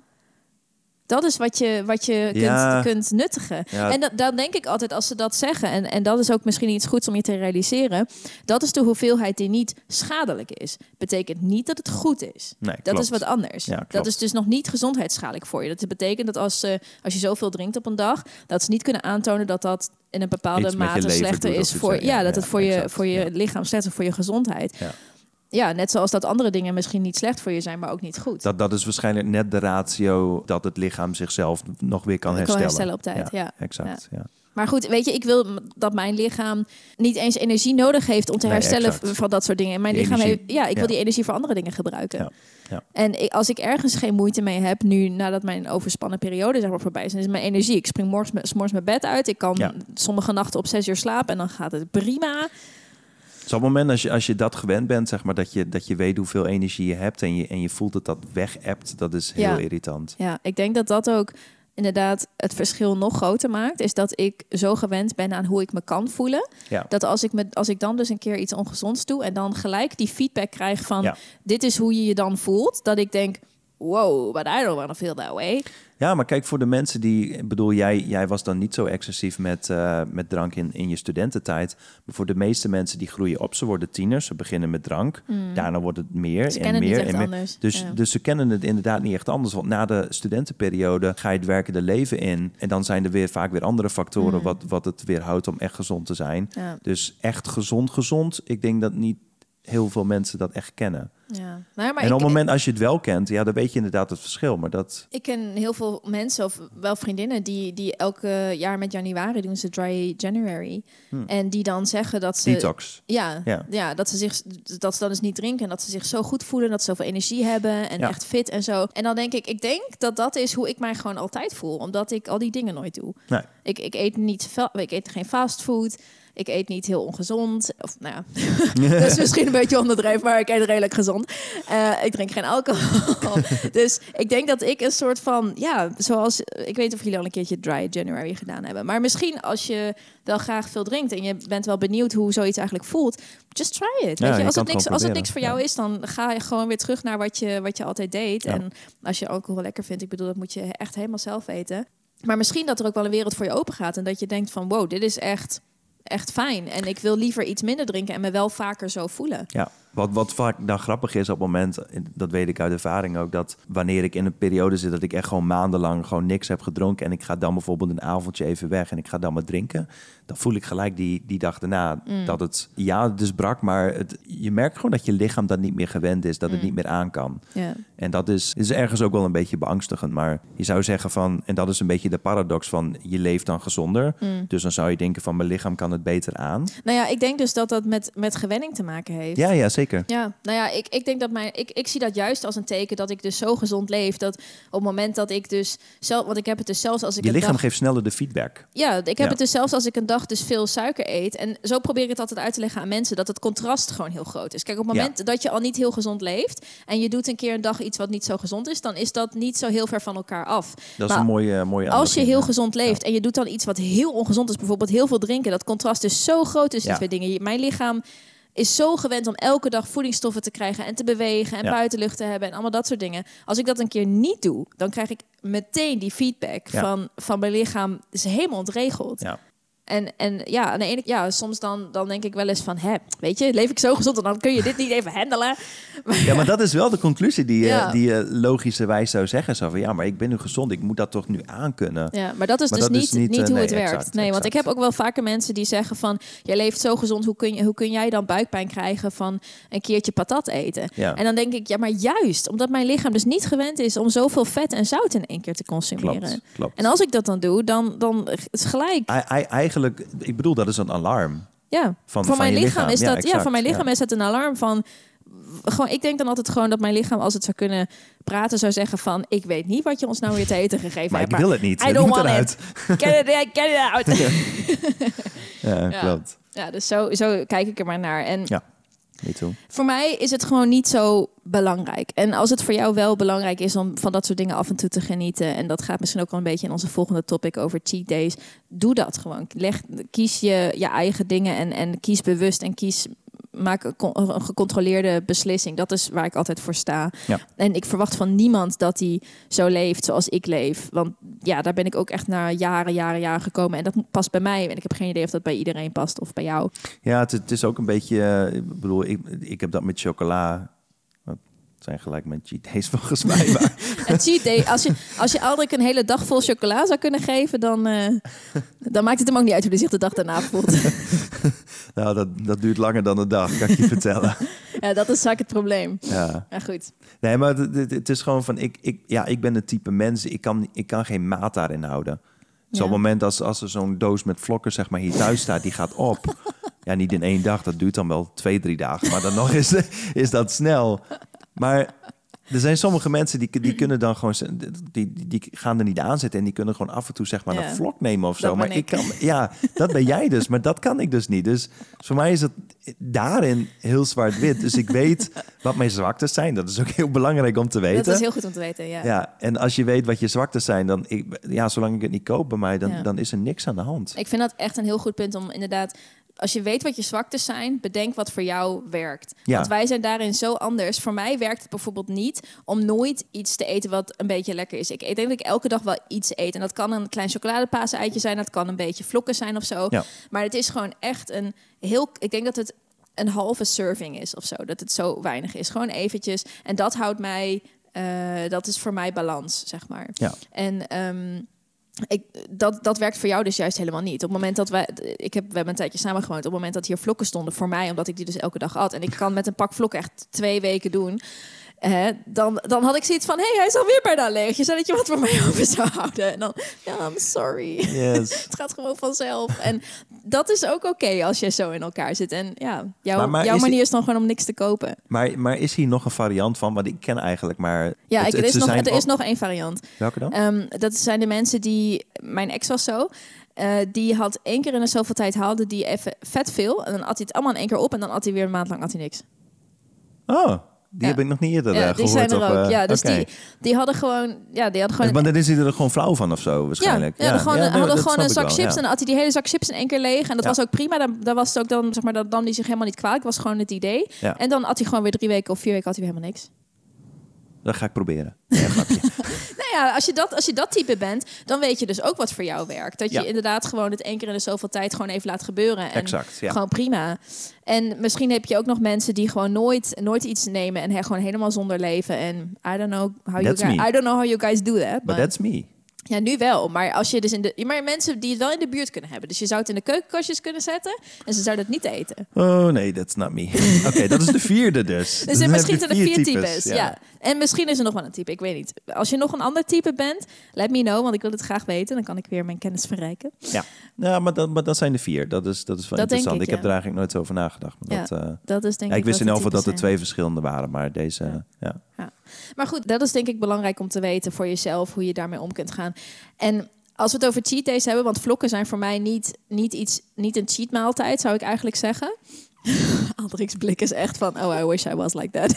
Dat is wat je, wat je ja. kunt, kunt nuttigen. Ja. En da, dan denk ik altijd, als ze dat zeggen... En, en dat is ook misschien iets goeds om je te realiseren... dat is de hoeveelheid die niet schadelijk is. Betekent niet dat het goed is. Nee, dat is wat anders. Ja, dat is dus nog niet gezondheidsschadelijk voor je. Dat betekent dat als, uh, als je zoveel drinkt op een dag... dat ze niet kunnen aantonen dat dat in een bepaalde mate slechter is... voor, ja, ja, dat het voor ja, je, voor je ja. lichaam slechter is, voor je gezondheid... Ja. Ja, net zoals dat andere dingen misschien niet slecht voor je zijn, maar ook niet goed. Dat, dat is waarschijnlijk net de ratio dat het lichaam zichzelf nog weer kan herstellen. Kan herstellen op tijd, ja. ja. Exact, ja. ja. Maar goed, weet je, ik wil dat mijn lichaam niet eens energie nodig heeft om te nee, herstellen exact. van dat soort dingen. En mijn die lichaam heeft, ja, ik wil ja. die energie voor andere dingen gebruiken. Ja. Ja. En ik, als ik ergens geen moeite mee heb, nu nadat mijn overspannen periode zeg maar voorbij is, dan is mijn energie. Ik spring morgens, s'morgens mijn bed uit. Ik kan ja. sommige nachten op zes uur slapen en dan gaat het prima. Dus op het moment als je, als je dat gewend bent, zeg maar, dat je, dat je weet hoeveel energie je hebt en je, en je voelt dat dat weg-appt, dat is heel ja. irritant. Ja, ik denk dat dat ook inderdaad het verschil nog groter maakt, is dat ik zo gewend ben aan hoe ik me kan voelen. Ja. Dat als ik, me, als ik dan dus een keer iets ongezonds doe en dan gelijk die feedback krijg van ja. dit is hoe je je dan voelt, dat ik denk, wow, but I don't want to feel that way. Ja, maar kijk, voor de mensen die... Ik bedoel, jij, jij was dan niet zo excessief met, uh, met drank in, in je studententijd. Maar voor de meeste mensen die groeien op, ze worden tieners. Ze beginnen met drank. Mm. Daarna wordt het meer ze en meer. Het en meer. Anders. Dus, ja. dus ze kennen het inderdaad niet echt anders. Want na de studentenperiode ga je het werkende leven in. En dan zijn er weer vaak weer andere factoren... Mm. Wat, wat het weer houdt om echt gezond te zijn. Ja. Dus echt gezond, gezond. Ik denk dat niet heel veel mensen dat echt kennen. Ja. Nou, maar en op het ik, moment als je het wel kent, ja, dan weet je inderdaad het verschil. Maar dat... Ik ken heel veel mensen, of wel vriendinnen, die, die elke jaar met januari doen ze dry January. Hmm. En die dan zeggen dat ze... Detox. Ja, ja. ja dat, ze zich, dat ze dan dus niet drinken en dat ze zich zo goed voelen, dat ze zoveel energie hebben en ja. echt fit en zo. En dan denk ik, ik denk dat dat is hoe ik mij gewoon altijd voel. Omdat ik al die dingen nooit doe. Nee. Ik, ik eet niet veel, ik eet geen fastfood. Ik eet niet heel ongezond. Of nou ja, dat is misschien een beetje onderdreven, maar ik eet redelijk gezond. Uh, ik drink geen alcohol. Dus ik denk dat ik een soort van, ja, zoals, ik weet of jullie al een keertje dry January gedaan hebben. Maar misschien als je wel graag veel drinkt en je bent wel benieuwd hoe zoiets eigenlijk voelt, just try it. Ja, weet je? Als, het niks, als het niks voor jou ja. is, dan ga je gewoon weer terug naar wat je, wat je altijd deed. Ja. En als je alcohol lekker vindt, ik bedoel, dat moet je echt helemaal zelf weten. Maar misschien dat er ook wel een wereld voor je open gaat en dat je denkt van, wow, dit is echt... echt fijn. En ik wil liever iets minder drinken en me wel vaker zo voelen. Ja, wat, wat vaak dan grappig is op het moment, dat weet ik uit ervaring ook, dat wanneer ik in een periode zit dat ik echt gewoon maandenlang gewoon niks heb gedronken en ik ga dan bijvoorbeeld een avondje even weg en ik ga dan maar drinken, dan voel ik gelijk die, die dag daarna mm. dat het, ja, het is brak, maar het, je merkt gewoon dat je lichaam dat niet meer gewend is, dat mm. het niet meer aan kan. Yeah. En dat is, is ergens ook wel een beetje beangstigend, maar je zou zeggen van, en dat is een beetje de paradox van, je leeft dan gezonder, mm. dus dan zou je denken van, mijn lichaam kan het beter aan. Nou ja, ik denk dus dat dat met, met gewenning te maken heeft. Ja, ja, zeker. Ja, nou ja, ik, ik denk dat mijn, ik, ik zie dat juist als een teken dat ik dus zo gezond leef, dat op het moment dat ik dus zelf, want ik heb het dus zelfs als ik je lichaam dag, geeft sneller de feedback. Ja, ik heb ja. het dus zelfs als ik een dag dus veel suiker eet. En zo probeer ik het altijd uit te leggen aan mensen, dat het contrast gewoon heel groot is. Kijk, op het moment ja. dat je al niet heel gezond leeft en je doet een keer een dag iets wat niet zo gezond is, dan is dat niet zo heel ver van elkaar af. Dat is maar een mooie, mooie als je heel ja. gezond leeft ja. en je doet dan iets wat heel ongezond is, bijvoorbeeld heel veel drinken, dat contrast is zo groot tussen ja. die twee dingen. Mijn lichaam is zo gewend om elke dag voedingsstoffen te krijgen en te bewegen en ja. buitenlucht te hebben en allemaal dat soort dingen. Als ik dat een keer niet doe, dan krijg ik meteen die feedback ja. van, van mijn lichaam. Is helemaal ontregeld. Ja. En, en ja, aan de ene, ja, soms dan, dan denk ik wel eens van, hè, weet je, leef ik zo gezond en dan kun je dit niet even handelen. Maar, ja, maar dat is wel de conclusie die, ja. die je logischerwijs zou zeggen. Zo van, ja, maar ik ben nu gezond, ik moet dat toch nu aankunnen. Ja, maar dat is maar dus dat niet, is niet, niet uh, hoe nee, het werkt. Exact, nee, exact. Want ik heb ook wel vaker mensen die zeggen van, jij leeft zo gezond, hoe kun, je, hoe kun jij dan buikpijn krijgen van een keertje patat eten? Ja. En dan denk ik, ja, maar juist, omdat mijn lichaam dus niet gewend is om zoveel vet en zout in één keer te consumeren. Klopt, klopt. En als ik dat dan doe, dan, dan is gelijk... I, I, eigenlijk, ik bedoel, dat is een alarm. Ja, van, voor van mijn lichaam, lichaam is dat. Ja, exact, ja voor mijn lichaam ja. is het een alarm van. Gewoon, ik denk dan altijd gewoon dat mijn lichaam, als het zou kunnen praten, zou zeggen van, ik weet niet wat je ons nou weer te eten gegeven maar hebt. Maar ik wil het niet. I het don't moet want eruit. it. Get it, get it out. ja, ja, klopt. Ja, dus zo, zo kijk ik er maar naar. En ja. me too. Voor mij is het gewoon niet zo belangrijk. En als het voor jou wel belangrijk is om van dat soort dingen af en toe te genieten... en dat gaat misschien ook wel een beetje in onze volgende topic over cheat days... doe dat gewoon. Leg, kies je, je eigen dingen en, en kies bewust en kies... maak een, een gecontroleerde beslissing. Dat is waar ik altijd voor sta. Ja. En ik verwacht van niemand dat hij zo leeft zoals ik leef. Want ja, daar ben ik ook echt na jaren, jaren, jaren gekomen. En dat past bij mij. En ik heb geen idee of dat bij iedereen past of bij jou. Ja, het, het is ook een beetje... Uh, ik bedoel, ik, ik heb dat met chocola... Het zijn gelijk mijn cheat days volgens mij. Maar... een cheat day, als je, als je Aldrik een hele dag vol chocola zou kunnen geven... dan, uh, dan maakt het hem ook niet uit hoe hij zich de dag daarna voelt. Nou, dat, dat duurt langer dan een dag, kan ik je vertellen. Ja, dat is vaak het probleem. Ja. Maar goed. Nee, maar het, het, het is gewoon van... Ik, ik, ja, ik ben het type mens, ik kan, ik kan geen maat daarin houden. Dus Ja. op het moment als, als er zo'n doos met vlokken zeg maar, hier thuis staat... die gaat op. Ja, niet in één dag, dat duurt dan wel twee, drie dagen. Maar dan nog is, is dat snel... Maar er zijn sommige mensen die, die kunnen dan gewoon... Die, die, die gaan er niet aan zitten en die kunnen gewoon af en toe zeg maar Ja. een vlok nemen of zo. Dat ben Maar ik. ik kan... Ja, dat ben jij dus. Maar dat kan ik dus niet. Dus voor mij is het daarin heel zwart-wit. Dus ik weet wat mijn zwaktes zijn. Dat is ook heel belangrijk om te weten. Dat is heel goed om te weten, ja. Ja, en als je weet wat je zwaktes zijn... dan ik, ja, zolang ik het niet koop bij mij, dan, Ja. dan is er niks aan de hand. Ik vind dat echt een heel goed punt om inderdaad... Als je weet wat je zwaktes zijn, bedenk wat voor jou werkt. Ja. Want wij zijn daarin zo anders. Voor mij werkt het bijvoorbeeld niet om nooit iets te eten wat een beetje lekker is. Ik eet denk dat ik elke dag wel iets eet. En dat kan een klein chocoladepaas-eitje zijn. Dat kan een beetje vlokken zijn of zo. Ja. Maar het is gewoon echt een heel... Ik denk dat het een halve serving is of zo. Dat het zo weinig is. Gewoon eventjes. En dat houdt mij... Uh, dat is voor mij balans, zeg maar. Ja. En... Um, Ik, dat, dat werkt voor jou dus juist helemaal niet. Op het moment dat wij... Ik heb, we hebben een tijdje samen gewoond. Op het moment dat hier vlokken stonden voor mij... omdat ik die dus elke dag at... en ik kan met een pak vlokken echt twee weken doen... Eh, dan, dan had ik zoiets van... hé, hey, hij is alweer bijna leeg. Je zei dat je wat voor mij over zou houden. En dan... ja, I'm sorry. Yes. Het gaat gewoon vanzelf. En dat is ook oké okay als je zo in elkaar zit. En ja, jouw, Maar- maar jouw is manier die- is dan gewoon om niks te kopen. Maar, maar is hier nog een variant van? Want ik ken eigenlijk maar... Ja, het- ik, er, het- is ze nog, zijn er is ook- nog één variant. Welke dan? Um, dat zijn de mensen die... Mijn ex was zo. Uh, die had één keer in de zoveel tijd haalde die even vet veel. En dan at hij het allemaal in één keer op. En dan at hij weer een maand lang at hij niks. Oh, die Ja. heb ik nog niet eerder Ja, uh, die gehoord. zijn er of, ook. uh, Ja, dus oké. die, die hadden gewoon... Ja, die hadden gewoon... Maar dan is hij er gewoon flauw van of zo, waarschijnlijk. Ja, ja, gewoon, nee, hadden dat gewoon snap een ik zak wel, chips ja. en dan had hij die hele zak chips in één keer leeg. En dat Ja. was ook prima. Dan, dan was het ook dan, zeg maar, dat nam hij zich helemaal niet kwalijk. was gewoon het idee. Ja. En dan had hij gewoon weer drie weken of vier weken had hij weer helemaal niks. Dat ga ik proberen. Ja, grapje. Nou ja, als je, dat, als je dat type bent, dan weet je dus ook wat voor jou werkt. Dat je Ja. inderdaad gewoon het één keer in de zoveel tijd gewoon even laat gebeuren. En Exact, ja. gewoon prima. En misschien heb je ook nog mensen die gewoon nooit, nooit iets nemen en he, gewoon helemaal zonder leven. En I don't know how you That's guys, me. I don't know how you guys do that. But but- that's me. Ja, nu wel. Maar als je dus in de, maar mensen die het wel in de buurt kunnen hebben. Dus je zou het in de keukenkastjes kunnen zetten en ze zouden het niet eten. Oh nee, that's not me. Oké, dat is de vierde dus. Dus Dan er heb misschien je zijn er vier types. types, Ja. En misschien is er nog wel een type, ik weet niet. Als je nog een ander type bent, let me know, want ik wil het graag weten. Dan kan ik weer mijn kennis verrijken. Ja, ja maar, dat, maar dat zijn de vier. Dat is, dat is wel Dat denk interessant. ik, Ik, heb ja. er eigenlijk nooit over nagedacht. Maar Ja, dat, uh, Dat is denk ja, ik wist wat in de ieder geval dat er types twee zijn. verschillende waren. Maar deze, ja. ja. Ja. Maar goed, dat is denk ik belangrijk om te weten voor jezelf, hoe je daarmee om kunt gaan. En als we het over cheat days hebben, want vlokken zijn voor mij niet, niet, iets, niet een cheat maaltijd, zou ik eigenlijk zeggen. Aldrik's blik is echt van, oh, I wish I was like that.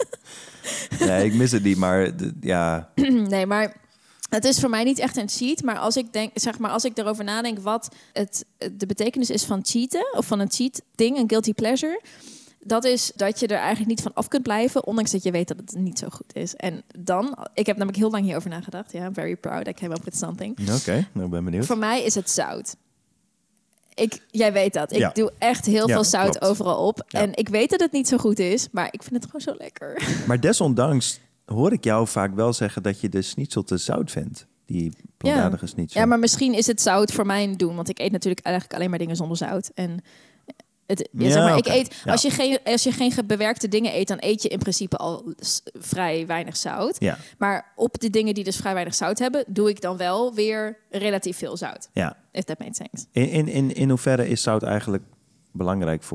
Nee, ik mis het niet, maar de- ja... Nee, maar het is voor mij niet echt een cheat. Maar als ik denk, zeg maar, als ik erover nadenk wat het, de betekenis is van cheaten, of van een cheat ding, een guilty pleasure, dat is dat je er eigenlijk niet van af kunt blijven, ondanks dat je weet dat het niet zo goed is. En dan, ik heb namelijk heel lang hierover nagedacht. Ja, I'm very proud, I came up with something. Oké, nou ben benieuwd. Voor mij is het zout. Ik, jij weet dat. Ik Ja. doe echt heel Ja, veel zout klopt. overal op. Ja. En ik weet dat het niet zo goed is, maar ik vind het gewoon zo lekker. Maar desondanks hoor ik jou vaak wel zeggen dat je de schnitzel te zout vindt. Die plantaardige schnitzel. Ja, maar misschien is het zout voor mij een doen. Want ik eet natuurlijk eigenlijk alleen maar dingen zonder zout. En het, ja, Ja, zeg maar, oké. ik eet, Ja. als, je geen, als je geen bewerkte dingen eet, dan eet je in principe al s- vrij weinig zout. Ja, Maar op de dingen die dus vrij weinig zout hebben, doe ik dan wel weer relatief veel zout. ja. If that makes sense. In, in, in, in hoeverre is zout eigenlijk belangrijk voor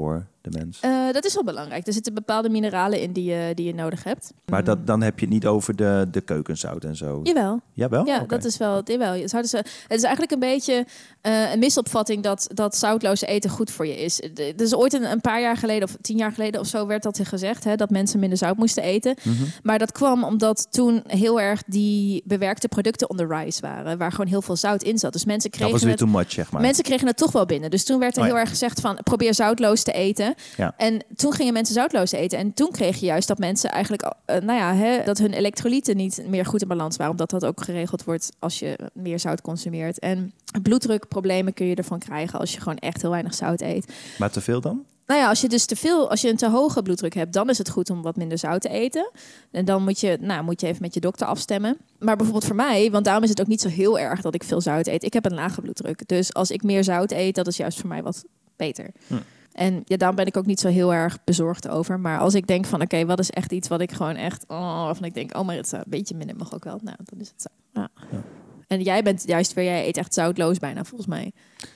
de mens? Uh, dat is wel belangrijk. Er zitten bepaalde mineralen in die je, die je nodig hebt. Maar dat, dan heb je het niet over de, de keukenzout en zo? Jawel. Jawel? Ja, okay. dat is wel... Jawel. Zouden ze, het is eigenlijk een beetje uh, een misopvatting dat, dat zoutloos eten goed voor je is. Er is ooit een, een paar jaar geleden of tien jaar geleden of zo werd dat gezegd, hè, dat mensen minder zout moesten eten. Mm-hmm. Maar dat kwam omdat toen heel erg die bewerkte producten on the rise waren, waar gewoon heel veel zout in zat. Dus mensen kregen dat was weer het, too much, zeg maar. Mensen kregen het toch wel binnen. Dus toen werd er oh, heel ja. erg gezegd van probeer zoutloos te eten. Ja. En toen gingen mensen zoutloos eten. En toen kreeg je juist dat mensen eigenlijk, uh, nou ja, hè, dat hun elektrolyten niet meer goed in balans waren, omdat dat ook geregeld wordt als je meer zout consumeert. En bloeddrukproblemen kun je ervan krijgen als je gewoon echt heel weinig zout eet. Maar te veel dan? Nou ja, als je dus te veel, als je een te hoge bloeddruk hebt, dan is het goed om wat minder zout te eten. En dan moet je, nou, moet je even met je dokter afstemmen. Maar bijvoorbeeld voor mij, want daarom is het ook niet zo heel erg dat ik veel zout eet. Ik heb een lage bloeddruk. Dus als ik meer zout eet, dat is juist voor mij wat beter. Hm. En ja, daarom ben ik ook niet zo heel erg bezorgd over. Maar als ik denk van, oké, okay, wat is echt iets wat ik gewoon echt, oh, waarvan ik denk, oh, maar het is een beetje minder mag ook wel. Nou, dan is het zo. Ja. Ja. En jij bent juist weer, jij eet echt zoutloos bijna, volgens mij.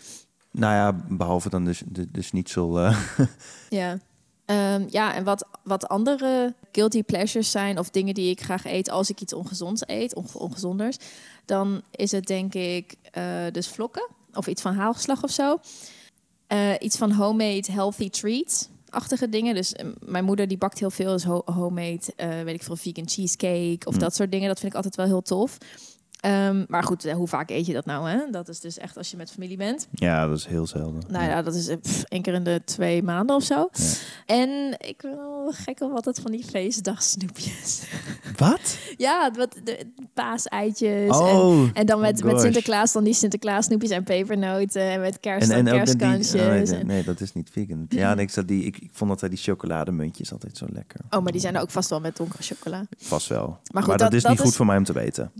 Nou ja, behalve dan dus, dus niet zo... Uh... Ja. Um, ja, en wat, wat andere guilty pleasures zijn of dingen die ik graag eet als ik iets ongezonds eet, onge- ongezonders, dan is het denk ik uh, dus vlokken of iets van hagelslag of zo. Uh, iets van homemade healthy treats-achtige dingen. Dus uh, mijn moeder die bakt heel veel, dus ho- homemade, uh, weet ik veel, vegan cheesecake of mm. dat soort dingen. Dat vind ik altijd wel heel tof. Um, maar goed, hoe vaak eet je dat nou? Hè? Dat is dus echt als je met familie bent. Ja, dat is heel zelden. Nou ja, dat is pff, één keer in de twee maanden of zo. Ja. En ik ben wel gek op altijd van die feestdagsnoepjes. Wat? Ja, wat de paaseitjes. Oh, en, en dan met, met Sinterklaas dan die Sinterklaasnoepjes en pepernoten. En met kerst en, en kerstkansjes. Die, oh, nee, nee, nee, dat is niet vegan. Ja, nee, ik, die, ik, ik vond altijd die chocolademuntjes altijd zo lekker. Oh, maar die zijn ook vast wel met donkere chocola. Vast wel. Maar, goed, maar dat, dat is dat niet is... goed voor mij om te weten.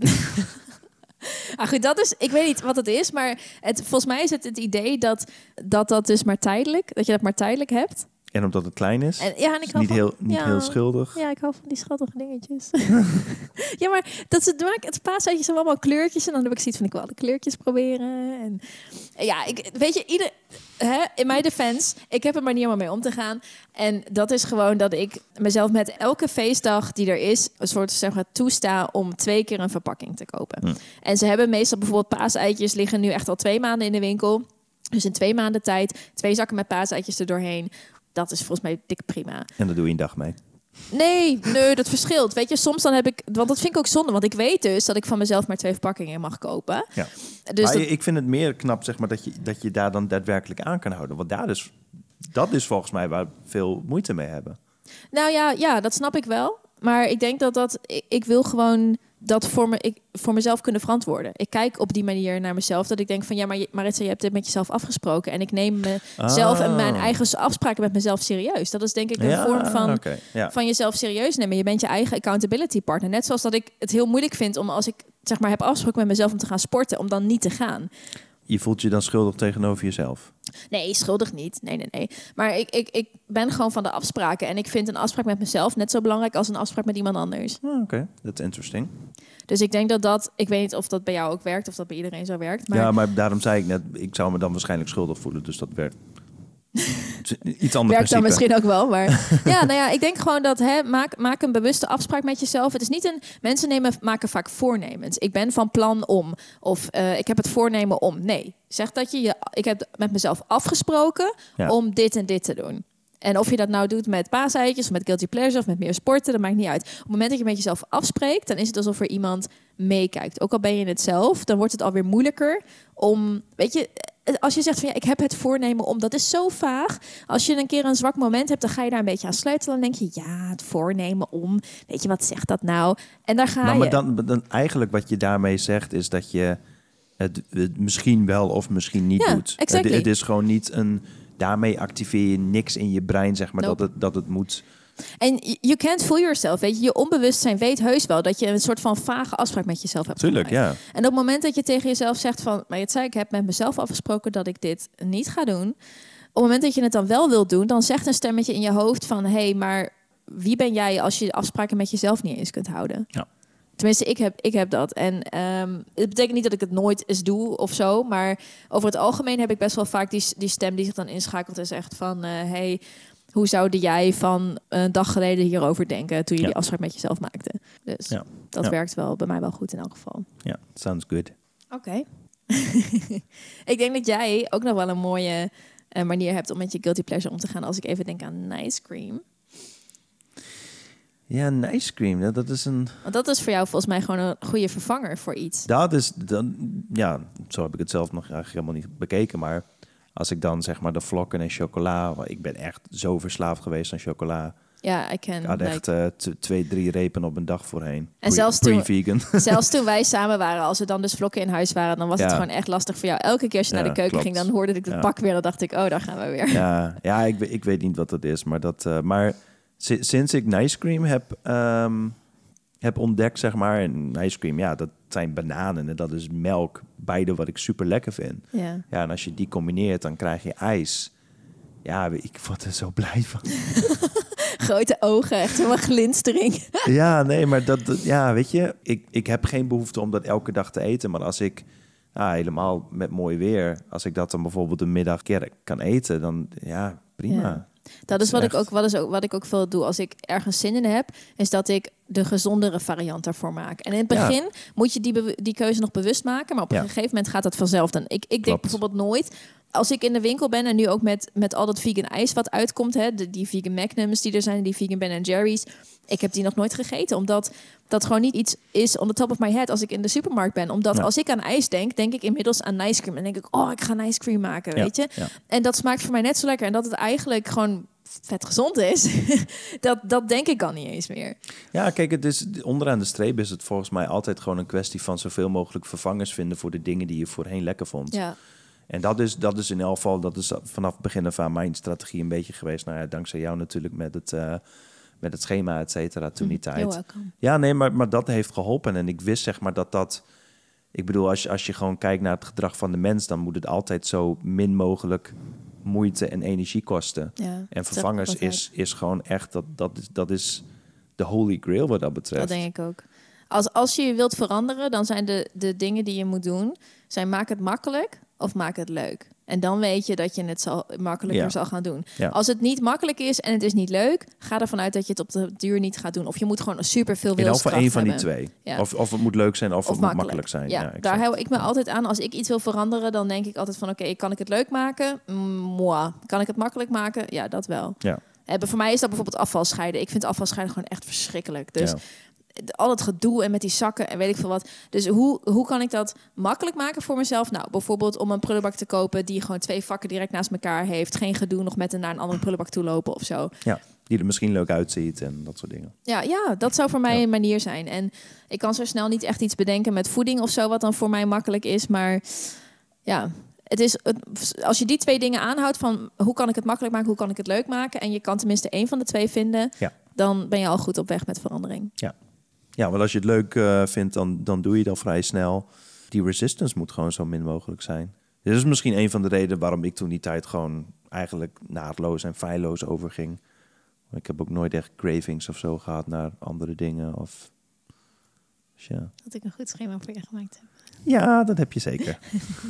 Ah, goed, dat is, ik weet niet wat het is, maar het, volgens mij is het het idee dat, dat dat dus maar tijdelijk, dat je dat maar tijdelijk hebt. En omdat het klein is? En, ja, en ik is hou niet, van, heel, niet ja, heel schuldig? Ja, ik hou van die schattige dingetjes. Ja, maar dat ze maken het paaseitjes zijn allemaal kleurtjes en dan heb ik zoiets van ik wil alle kleurtjes proberen. En ja, ik, weet je, ieder, hè, in mijn defense, ik heb er maar niet helemaal mee om te gaan. En dat is gewoon dat ik mezelf met elke feestdag die er is, een soort zeg maar toesta om twee keer een verpakking te kopen. Hm. En ze hebben meestal bijvoorbeeld paaseitjes liggen nu echt al twee maanden in de winkel. Dus in twee maanden tijd twee zakken met paaseitjes er doorheen. Dat is volgens mij dik prima. En daar doe je een dag mee? Nee, nee, dat verschilt. Weet je, soms dan heb ik... Want dat vind ik ook zonde. Want ik weet dus dat ik van mezelf maar twee verpakkingen mag kopen. Ja. Dus maar dat... ik vind het meer knap, zeg maar, dat je, dat je daar dan daadwerkelijk aan kan houden. Want daar is, dat is volgens mij waar we veel moeite mee hebben. Nou ja, ja, dat snap ik wel. Maar ik denk dat dat... Ik, ik wil gewoon dat voor, me, ik, voor mezelf kunnen verantwoorden. Ik kijk op die manier naar mezelf. Dat ik denk van ja, maar Maritza, je hebt dit met jezelf afgesproken. En ik neem mezelf ah. en mijn eigen afspraken met mezelf serieus. Dat is denk ik een ja, vorm van, okay, ja. van jezelf serieus nemen. Je bent je eigen accountability partner. Net zoals dat ik het heel moeilijk vind om als ik zeg maar heb afgesproken met mezelf om te gaan sporten, om dan niet te gaan. Je voelt je dan schuldig tegenover jezelf? Nee, schuldig niet. Nee, nee, nee. Maar ik, ik, ik ben gewoon van de afspraken. En ik vind een afspraak met mezelf net zo belangrijk als een afspraak met iemand anders. Oh, Oké, okay. That's interesting. Dus ik denk dat dat... Ik weet niet of dat bij jou ook werkt of dat bij iedereen zo werkt. Maar... Ja, maar daarom zei ik net, ik zou me dan waarschijnlijk schuldig voelen. Dus dat werkt. Iets anders. Werkt dan misschien ook wel, maar ja, nou ja, ik denk gewoon dat hè, maak, maak een bewuste afspraak met jezelf. Het is niet een mensen nemen maken vaak voornemens. Ik ben van plan om of uh, ik heb het voornemen om. Nee, zeg dat je je ik heb met mezelf afgesproken ja. om dit en dit te doen. En of je dat nou doet met paaseitjes of met guilty pleasure of met meer sporten, dat maakt niet uit. Op het moment dat je met jezelf afspreekt, dan is het alsof er iemand meekijkt. Ook al ben je het zelf, dan wordt het alweer moeilijker om, weet je, als je zegt van ja, ik heb het voornemen om, dat is zo vaag. Als je een keer een zwak moment hebt, dan ga je daar een beetje aan sleutelen. Dan denk je, ja, het voornemen om, weet je, wat zegt dat nou? En daar ga nou, je. Maar dan, dan eigenlijk wat je daarmee zegt, is dat je het, het misschien wel of misschien niet ja, doet. Exactly. Het, het is gewoon niet een, daarmee activeer je niks in je brein, zeg maar, nope. dat, het, dat het moet. En you can't fool yourself, weet je. Je onbewustzijn weet heus wel dat je een soort van vage afspraak met jezelf hebt Tuurlijk, gemaakt. ja. En op het moment dat je tegen jezelf zegt van, maar het zei ik heb met mezelf afgesproken dat ik dit niet ga doen. Op het moment dat je het dan wel wilt doen, dan zegt een stemmetje in je hoofd van, hé, hey, maar wie ben jij als je de afspraken met jezelf niet eens kunt houden? Ja. Tenminste, ik heb, ik heb dat. En um, het betekent niet dat ik het nooit eens doe of zo. Maar over het algemeen heb ik best wel vaak die, die stem die zich dan inschakelt en zegt van, uh, hey, hoe zou jij van een dag geleden hierover denken toen je Ja. die afspraak met jezelf maakte? Dus Ja. dat Ja. werkt wel bij mij wel goed in elk geval. Ja, sounds good. Oké. Okay. Ik denk dat jij ook nog wel een mooie uh, manier hebt om met je guilty pleasure om te gaan als ik even denk aan Nice Cream. Ja, een ice cream, dat, dat is een... Want dat is voor jou volgens mij gewoon een goede vervanger voor iets. Dat is, dan, ja, zo heb ik het zelf nog eigenlijk helemaal niet bekeken. Maar als ik dan zeg maar de vlokken en chocola... Ik ben echt zo verslaafd geweest aan chocola. Ja, ik ken. Ik had echt uh, t- twee, drie repen op een dag voorheen. En Pre- zelfs toen, pre-vegan. zelfs toen wij samen waren, als er dan dus vlokken in huis waren... dan was Ja. het gewoon echt lastig voor jou. Elke keer als je Ja, naar de keuken klopt. ging, dan hoorde ik het Ja. pak weer. Dan dacht ik, oh, daar gaan we weer. Ja, ja ik, ik weet niet wat dat is. Maar, dat, uh, maar si- sinds ik Nice Cream heb, um, heb ontdekt, zeg maar... En Nice Cream, ja, dat zijn bananen en dat is melk. Beide wat ik super lekker vind. Ja. Ja, en als je die combineert, dan krijg je ijs. Ja, ik word er zo blij van. Grote ogen, echt helemaal glinstering. Ja, nee, maar dat, dat ja, weet je, ik, ik heb geen behoefte om dat elke dag te eten. Maar als ik, ah, helemaal met mooi weer, als ik dat dan bijvoorbeeld een middag keer kan eten, dan ja, prima. Ja. Dat is wat ik ook, wat is ook wat ik ook veel doe als ik ergens zin in heb, is dat ik de gezondere variant daarvoor maak. En in het begin ja. moet je die, be- die keuze nog bewust maken, maar op een Ja. gegeven moment gaat dat vanzelf. Dan ik, ik denk bijvoorbeeld nooit, als ik in de winkel ben en nu ook met, met al dat vegan ijs wat uitkomt, hè, de, die vegan Magnums die er zijn, die vegan Ben en Jerry's, ik heb die nog nooit gegeten, omdat dat gewoon niet iets is on the top of my head als ik in de supermarkt ben. Omdat Ja. als ik aan ijs denk, denk ik inmiddels aan ice cream. En denk ik, oh, ik ga een ice cream maken, Ja. weet je. Ja. En dat smaakt voor mij net zo lekker. En dat het eigenlijk gewoon vet gezond is, dat, dat denk ik al niet eens meer. Ja, kijk, het is, onderaan de streep is het volgens mij altijd gewoon een kwestie van zoveel mogelijk vervangers vinden voor de dingen die je voorheen lekker vond. Ja. En dat is, dat is in elk geval, dat is vanaf het begin af aan mijn strategie een beetje geweest. Nou ja, dankzij jou natuurlijk met het, uh, met het schema, et cetera, toen die tijd. You're welcome. Ja, nee, maar, maar dat heeft geholpen. En ik wist zeg maar dat dat... Ik bedoel, als je, als je gewoon kijkt naar het gedrag van de mens, dan moet het altijd zo min mogelijk moeite en energie kosten. Ja, en vervangers is, is gewoon echt, dat, dat, is, dat is de holy grail wat dat betreft. Dat denk ik ook. Als, als je je wilt veranderen, dan zijn de, de dingen die je moet doen, zijn maak het makkelijk of maak het leuk. En dan weet je dat je het zal, makkelijker Ja. zal gaan doen. Ja. Als het niet makkelijk is en het is niet leuk, ga ervan uit dat je het op de duur niet gaat doen. Of je moet gewoon super veel In elk geval wilskracht één van hebben. die twee. Ja. Of, of het moet leuk zijn of, Of het makkelijk. moet makkelijk zijn. Ja, Ja, exact. daar hou ik me altijd aan. Als ik iets wil veranderen, dan denk ik altijd van oké, okay, kan ik het leuk maken? Mm, moi. Kan ik het makkelijk maken? Ja, dat wel. Ja. En voor mij is dat bijvoorbeeld afvalscheiden. Ik vind afvalscheiden gewoon echt verschrikkelijk. Dus Ja. al het gedoe en met die zakken en weet ik veel wat. Dus hoe, hoe kan ik dat makkelijk maken voor mezelf? Nou, bijvoorbeeld om een prullenbak te kopen die gewoon twee vakken direct naast elkaar heeft. Geen gedoe nog met een naar een andere prullenbak toe lopen of zo. Ja, die er misschien leuk uitziet en dat soort dingen. Ja, ja, dat zou voor mij Ja. een manier zijn. En ik kan zo snel niet echt iets bedenken met voeding of zo, wat dan voor mij makkelijk is. Maar ja, het is, het, als je die twee dingen aanhoudt van hoe kan ik het makkelijk maken, hoe kan ik het leuk maken, en je kan tenminste één van de twee vinden, Ja. dan ben je al goed op weg met verandering. Ja, ja, want als je het leuk uh, vindt, dan, dan doe je dat vrij snel. Die resistance moet gewoon zo min mogelijk zijn. Dit is misschien een van de redenen waarom ik toen die tijd gewoon eigenlijk naadloos en feilloos overging. Ik heb ook nooit echt cravings of zo gehad naar andere dingen. Of... Dus ja. Dat ik een goed schema voor je gemaakt heb. Ja, dat heb je zeker.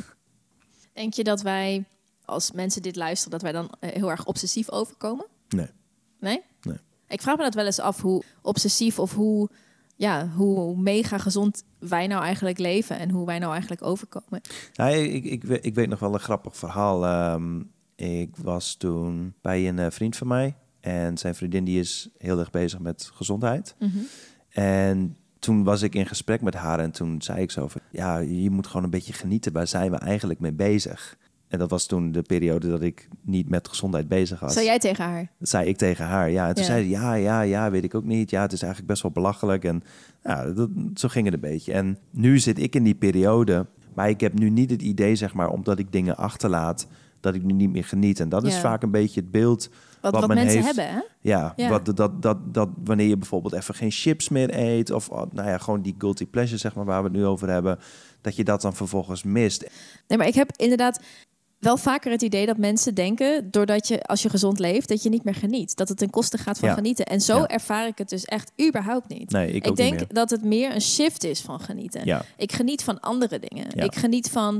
Denk je dat wij, als mensen dit luisteren, dat wij dan uh, heel erg obsessief overkomen? Nee. Nee? Nee. Ik vraag me dat wel eens af, hoe obsessief of hoe, ja, hoe mega gezond wij nou eigenlijk leven en hoe wij nou eigenlijk overkomen. Ja, ik, ik, ik, ik weet nog wel een grappig verhaal. Um, ik was toen bij een uh, vriend van mij en zijn vriendin die is heel erg bezig met gezondheid. Mm-hmm. En toen was ik in gesprek met haar en toen zei ik zo van, ja, je moet gewoon een beetje genieten. Waar zijn we eigenlijk mee bezig? En dat was toen de periode dat ik niet met gezondheid bezig was. Zei jij tegen haar? Dat zei ik tegen haar, ja. En toen ja. zei ze, ja, ja, ja, weet ik ook niet. Ja, het is eigenlijk best wel belachelijk. En ja, dat, zo ging het een beetje. En nu zit ik in die periode, maar ik heb nu niet het idee, zeg maar, omdat ik dingen achterlaat, dat ik nu niet meer geniet. En dat is ja. vaak een beetje het beeld wat, wat, wat men mensen heeft. hebben, hè? Ja, ja. Wat, dat, dat, dat wanneer je bijvoorbeeld even geen chips meer eet, of nou ja, gewoon die guilty pleasure, zeg maar, waar we het nu over hebben, dat je dat dan vervolgens mist. Nee, maar ik heb inderdaad wel vaker het idee dat mensen denken, doordat je, als je gezond leeft, dat je niet meer geniet. Dat het ten koste gaat van ja. genieten. En zo ja. ervaar ik het dus echt überhaupt niet. Nee, ik ik ook denk niet meer. dat het meer een shift is van genieten. Ja. Ik geniet van andere dingen. Ja. Ik geniet van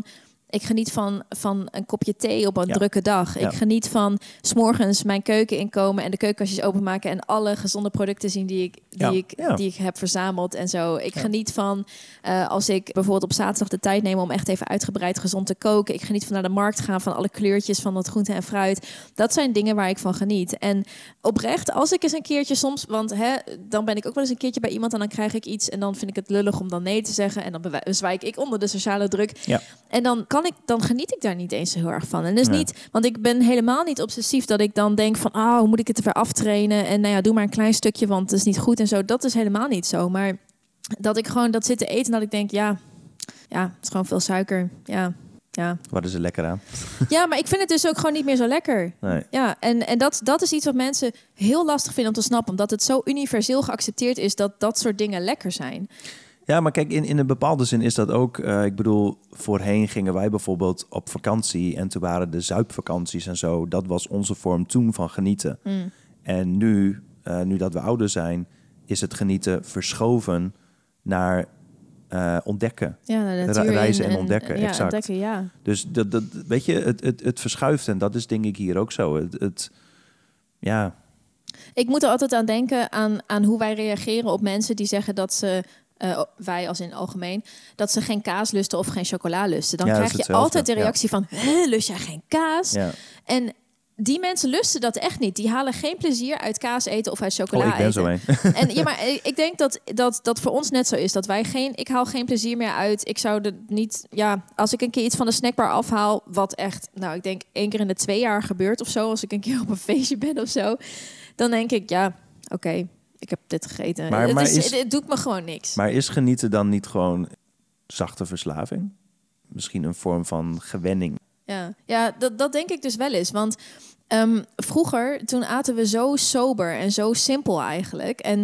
Ik geniet van, van een kopje thee op een Ja. drukke dag. Ja. Ik geniet van 's morgens mijn keuken inkomen en de keukenkastjes openmaken en alle gezonde producten zien die ik, die Ja. ik, Ja. die ik heb verzameld en zo. Ik Ja. geniet van uh, als ik bijvoorbeeld op zaterdag de tijd neem om echt even uitgebreid gezond te koken. Ik geniet van naar de markt gaan, van alle kleurtjes van dat groente en fruit. Dat zijn dingen waar ik van geniet. En oprecht, als ik eens een keertje soms, want hè, dan ben ik ook wel eens een keertje bij iemand en dan krijg ik iets en dan vind ik het lullig om dan nee te zeggen en dan bezwijk ik onder de sociale druk. Ja. En dan kan ik, dan geniet ik daar niet eens zo heel erg van. En dus Nee. niet, want ik ben helemaal niet obsessief dat ik dan denk van, ah, hoe moet ik het er weer aftrainen? En nou ja, doe maar een klein stukje, want het is niet goed en zo. Dat is helemaal niet zo. Maar dat ik gewoon dat zit te eten, dat ik denk, ja, ja, het is gewoon veel suiker. Ja, ja. Wat is er lekker aan? Ja, maar ik vind het dus ook gewoon niet meer zo lekker. Nee. Ja, en, en dat, dat is iets wat mensen heel lastig vinden om te snappen. Omdat het zo universeel geaccepteerd is dat dat soort dingen lekker zijn. Ja, maar kijk, in, in een bepaalde zin is dat ook... Uh, ik bedoel, voorheen gingen wij bijvoorbeeld op vakantie... en toen waren de zuipvakanties en zo. Dat was onze vorm toen van genieten. Mm. En nu, uh, nu dat we ouder zijn... is het genieten verschoven naar uh, ontdekken. Ja, naar de natuur Re- reizen in en ontdekken, ja, exact. Ontdekken, ja. Dus dat, dat, weet je, het, het, het verschuift. En dat is denk ik hier ook zo. Het, het, ja... Ik moet er altijd aan denken aan, aan hoe wij reageren op mensen die zeggen dat ze... Uh, wij als in het algemeen, dat ze geen kaas lusten of geen chocola lusten. Dan ja, krijg je hetzelfde. altijd de reactie van, huh, lust jij geen kaas? Ja. En die mensen lusten dat echt niet. Die halen geen plezier uit kaas eten of uit chocola oh, ik ben eten. zo een. En ja, maar ik denk dat, dat dat voor ons net zo is. Dat wij geen, ik haal geen plezier meer uit. Ik zou er niet, ja, als ik een keer iets van de snackbar afhaal, wat echt, nou, ik denk één keer in de twee jaar gebeurt of zo, als ik een keer op een feestje ben of zo, dan denk ik, ja, oké. Okay, ik heb dit gegeten. Maar, het, maar is, is, het, het doet me gewoon niks. Maar is genieten dan niet gewoon zachte verslaving? Misschien een vorm van gewenning? Ja, ja dat, dat denk ik dus wel eens. Want um, vroeger, toen aten we zo sober en zo simpel eigenlijk. En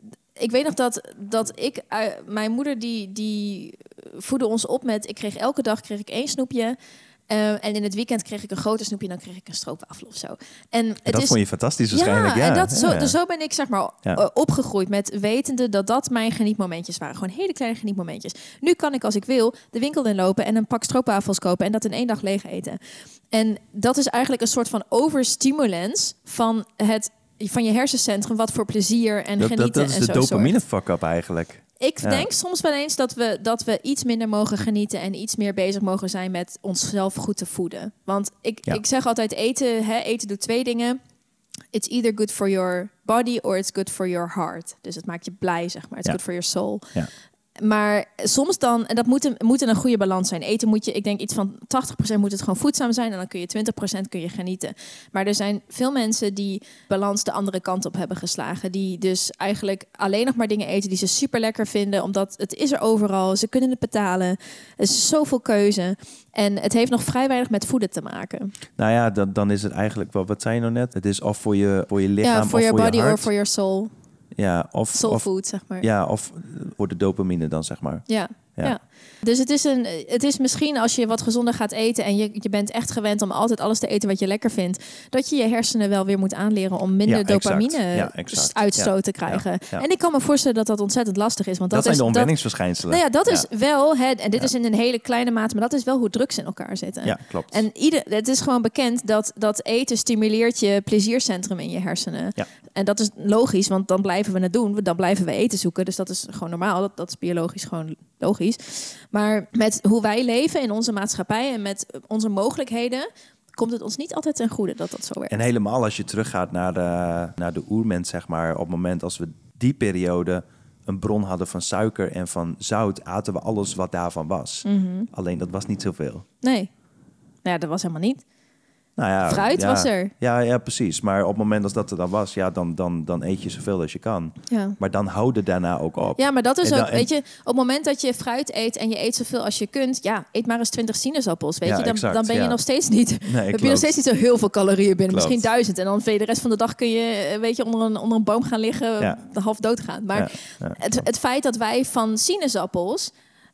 ik weet nog dat, dat ik... Uh, mijn moeder die, die voedde ons op met... Ik kreeg elke dag kreeg ik één snoepje... Uh, en in het weekend kreeg ik een grote snoepje en dan kreeg ik een stroopwafel of zo. En het dat is, vond je fantastisch waarschijnlijk. Ja, ja, en dat, ja, zo, ja. dus zo ben ik zeg maar ja. uh, opgegroeid met wetende dat dat mijn genietmomentjes waren. Gewoon hele kleine genietmomentjes. Nu kan ik als ik wil de winkel inlopen en een pak stroopwafels kopen en dat in één dag leeg eten. En dat is eigenlijk een soort van overstimulans van het van je hersencentrum wat voor plezier en dat, genieten dat, dat is en de zo dopamine zorgt. fuck-up eigenlijk. Ik ja. denk soms wel eens dat we, dat we iets minder mogen genieten en iets meer bezig mogen zijn met onszelf goed te voeden. Want ik, ja. ik zeg altijd eten, hè, eten doet twee dingen. It's either good for your body or it's good for your heart. Dus het maakt je blij, zeg maar. It's ja. good for your soul. Ja. Maar soms dan, en dat moet een, moet een goede balans zijn. Eten moet je, ik denk iets van tachtig procent moet het gewoon voedzaam zijn. En dan kun je twintig procent kun je genieten. Maar er zijn veel mensen die balans de andere kant op hebben geslagen. Die dus eigenlijk alleen nog maar dingen eten die ze super lekker vinden. Omdat het is er overal. Ze kunnen het betalen. Er is zoveel keuze. En het heeft nog vrij weinig met voeden te maken. Nou ja, dan, dan is het eigenlijk, wel, wat zei je nou net? Het is of voor je, voor je lichaam ja, of voor your voor body je hart. or for your soul. Ja, of, Soul of, food, zeg maar. Ja, of voor de dopamine dan, zeg maar. Ja, ja. ja. Dus het is, een, het is misschien als je wat gezonder gaat eten en je, je bent echt gewend om altijd alles te eten wat je lekker vindt, dat je je hersenen wel weer moet aanleren om minder ja, dopamine ja, exact. uitstoot ja, te krijgen. Ja, ja. En ik kan me voorstellen dat dat ontzettend lastig is. Want dat, dat zijn is, de dat, ontwenningsverschijnselen. nou ja, dat ja. is wel, hè, en dit ja. is in een hele kleine mate, maar dat is wel hoe drugs in elkaar zitten. Ja, klopt. En ieder, het is gewoon bekend dat, dat eten stimuleert je pleziercentrum in je hersenen. Ja. En dat is logisch, want dan blijven we het doen. Dan blijven we eten zoeken. Dus dat is gewoon normaal. Dat, dat is biologisch gewoon logisch. Maar met hoe wij leven in onze maatschappij en met onze mogelijkheden, komt het ons niet altijd ten goede dat dat zo werkt. En helemaal als je teruggaat naar de, naar de oermens, zeg maar. Op het moment als we die periode een bron hadden van suiker en van zout, aten we alles wat daarvan was. Mm-hmm. Alleen dat was niet zoveel. Nee. Nou ja, dat was helemaal niet. Nou ja, Fruit ja, was er. Ja, ja, precies. Maar op het moment als dat er dan was, ja, dan, dan, dan eet je zoveel als je kan. Ja. Maar dan houden daarna ook op. Ja, maar dat is En dan- ook, weet je, op het moment dat je fruit eet en je eet zoveel als je kunt, ja, eet maar eens twintig sinaasappels, weet Ja, je, dan, exact, dan ben je ja. nog steeds niet, Nee, heb je nog klopt. steeds niet zo heel veel calorieën binnen, Klopt. misschien duizend. En dan vind je de rest van de dag kun je, weet je, onder een, onder een boom gaan liggen, Ja. half dood gaan. Maar Ja, ja, het, het feit dat wij van sinaasappels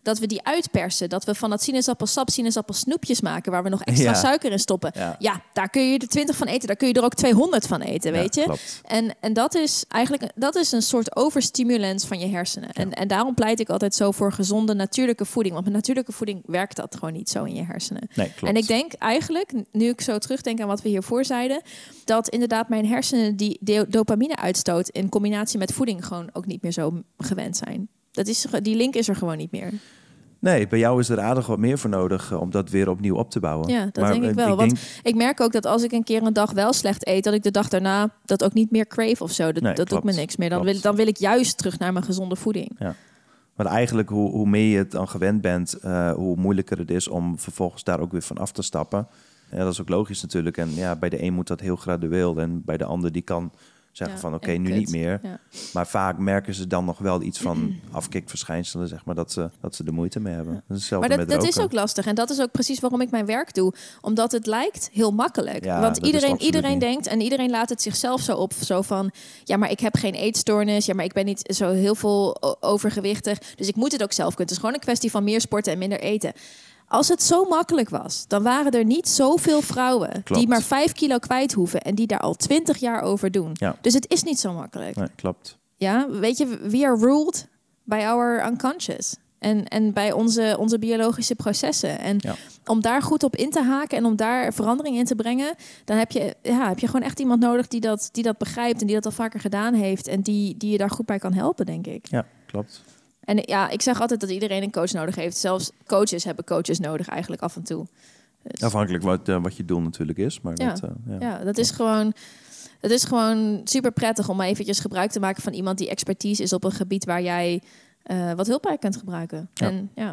dat we die uitpersen. Dat we van dat sinaasappelsap sinaasappelsnoepjes maken... waar we nog extra Ja. suiker in stoppen. Ja. Ja, daar kun je er twintig van eten. Daar kun je er ook tweehonderd van eten, Ja, weet je. klopt. En, en dat is eigenlijk dat is een soort overstimulans van je hersenen. Ja. En, en daarom pleit ik altijd zo voor gezonde natuurlijke voeding. Want met natuurlijke voeding werkt dat gewoon niet zo in je hersenen. Nee, klopt. En ik denk eigenlijk, nu ik zo terugdenk aan wat we hiervoor zeiden... dat inderdaad mijn hersenen die do- dopamine uitstoot... in combinatie met voeding gewoon ook niet meer zo gewend zijn. Dat is, die link is er gewoon niet meer. Nee, bij jou is er aardig wat meer voor nodig uh, om dat weer opnieuw op te bouwen. Ja, dat Maar, denk ik uh, wel. Ik Want denk... ik merk ook dat als ik een keer een dag wel slecht eet... dat ik de dag daarna dat ook niet meer crave of zo. Dat, Nee, dat doet klopt. me niks meer. Dan Klopt. wil, dan wil ik juist terug naar mijn gezonde voeding. Ja. Maar eigenlijk, hoe, hoe meer je het dan gewend bent... Uh, hoe moeilijker het is om vervolgens daar ook weer van af te stappen. Ja, dat is ook logisch natuurlijk. En ja, bij de een moet dat heel gradueel. En bij de ander die kan zeggen Ja, van... oké, en nu kut. niet meer. Ja. Maar vaak merken ze dan nog wel iets van afkikverschijnselen... zeg maar, dat ze, dat ze er moeite mee hebben. Ja. Dat is hetzelfde Maar dat, met dat is roken. ook lastig. En dat is ook precies waarom ik mijn werk doe. Omdat het lijkt heel makkelijk. Ja, Want dat is iedereen, het absoluut iedereen niet. denkt... en iedereen laat het zichzelf zo op. Zo van, ja, maar ik heb geen eetstoornis. Ja, maar ik ben niet zo heel veel o- overgewichtig. Dus ik moet het ook zelf kunnen. Het is gewoon een kwestie van meer sporten en minder eten. Als het zo makkelijk was, dan waren er niet zoveel vrouwen... Klopt. die maar vijf kilo kwijt hoeven... en die daar al twintig jaar over doen. Ja. Dus het is niet zo makkelijk. Nee, klopt. Ja, weet je, we are ruled by our unconscious. En, en bij onze, onze biologische processen. En Ja. om daar goed op in te haken en om daar verandering in te brengen... dan heb je, ja, heb je gewoon echt iemand nodig die dat, die dat begrijpt... en die dat al vaker gedaan heeft... en die, die je daar goed bij kan helpen, denk ik. Ja, klopt. En ja, ik zeg altijd dat iedereen een coach nodig heeft. Zelfs coaches hebben coaches nodig eigenlijk af en toe. Dus, Afhankelijk wat, uh, wat je doel natuurlijk is. Maar Ja. dat, uh, ja. ja, dat is gewoon... Het is gewoon super prettig om eventjes gebruik te maken van iemand die expertise is op een gebied waar jij uh, wat hulp bij kunt gebruiken. Ja. En ja,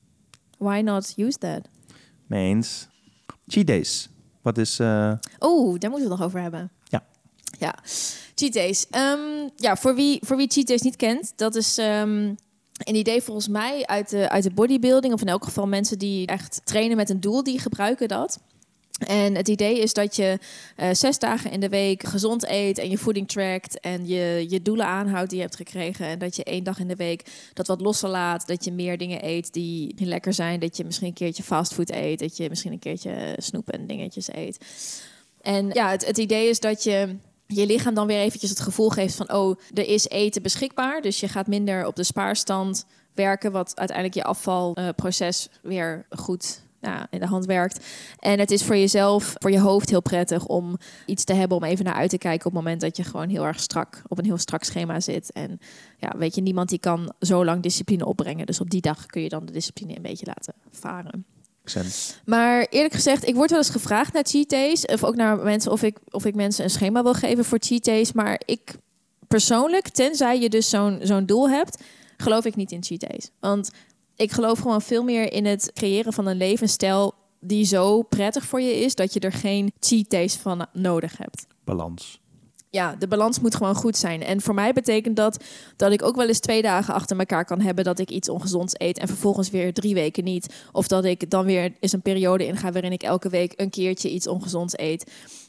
why not use that? Mee eens. Cheat days. Wat is... Uh... Oh, daar moeten we het nog over hebben. Ja. Ja, cheat days. Um, ja, voor wie, voor wie cheat days niet kent, dat is... Um, een idee volgens mij uit de, uit de bodybuilding... of in elk geval mensen die echt trainen met een doel... die gebruiken dat. En het idee is dat je uh, zes dagen in de week gezond eet... en je voeding trackt en je, je doelen aanhoudt die je hebt gekregen... en dat je één dag in de week dat wat losser laat... dat je meer dingen eet die lekker zijn... dat je misschien een keertje fastfood eet... dat je misschien een keertje snoep en dingetjes eet. En ja, het, het idee is dat je... je lichaam dan weer eventjes het gevoel geeft van... oh, er is eten beschikbaar. Dus je gaat minder op de spaarstand werken... wat uiteindelijk je afvalproces uh, weer goed ja, in de hand werkt. En het is voor jezelf, voor je hoofd heel prettig... om iets te hebben om even naar uit te kijken... op het moment dat je gewoon heel erg strak... op een heel strak schema zit. En ja, weet je, niemand die kan zo lang discipline opbrengen. Dus op die dag kun je dan de discipline een beetje laten varen. Sense. Maar eerlijk gezegd, ik word wel eens gevraagd naar cheat days. Of ook naar mensen of ik, of ik mensen een schema wil geven voor cheat days. Maar ik persoonlijk, tenzij je dus zo'n zo'n doel hebt, geloof ik niet in cheat days. Want ik geloof gewoon veel meer in het creëren van een levensstijl die zo prettig voor je is, dat je er geen cheat days van nodig hebt. Balans. Ja, de balans moet gewoon goed zijn. En voor mij betekent dat dat ik ook wel eens twee dagen achter elkaar kan hebben dat ik iets ongezonds eet en vervolgens weer drie weken niet. Of dat ik dan weer eens een periode inga waarin ik elke week een keertje iets ongezonds eet.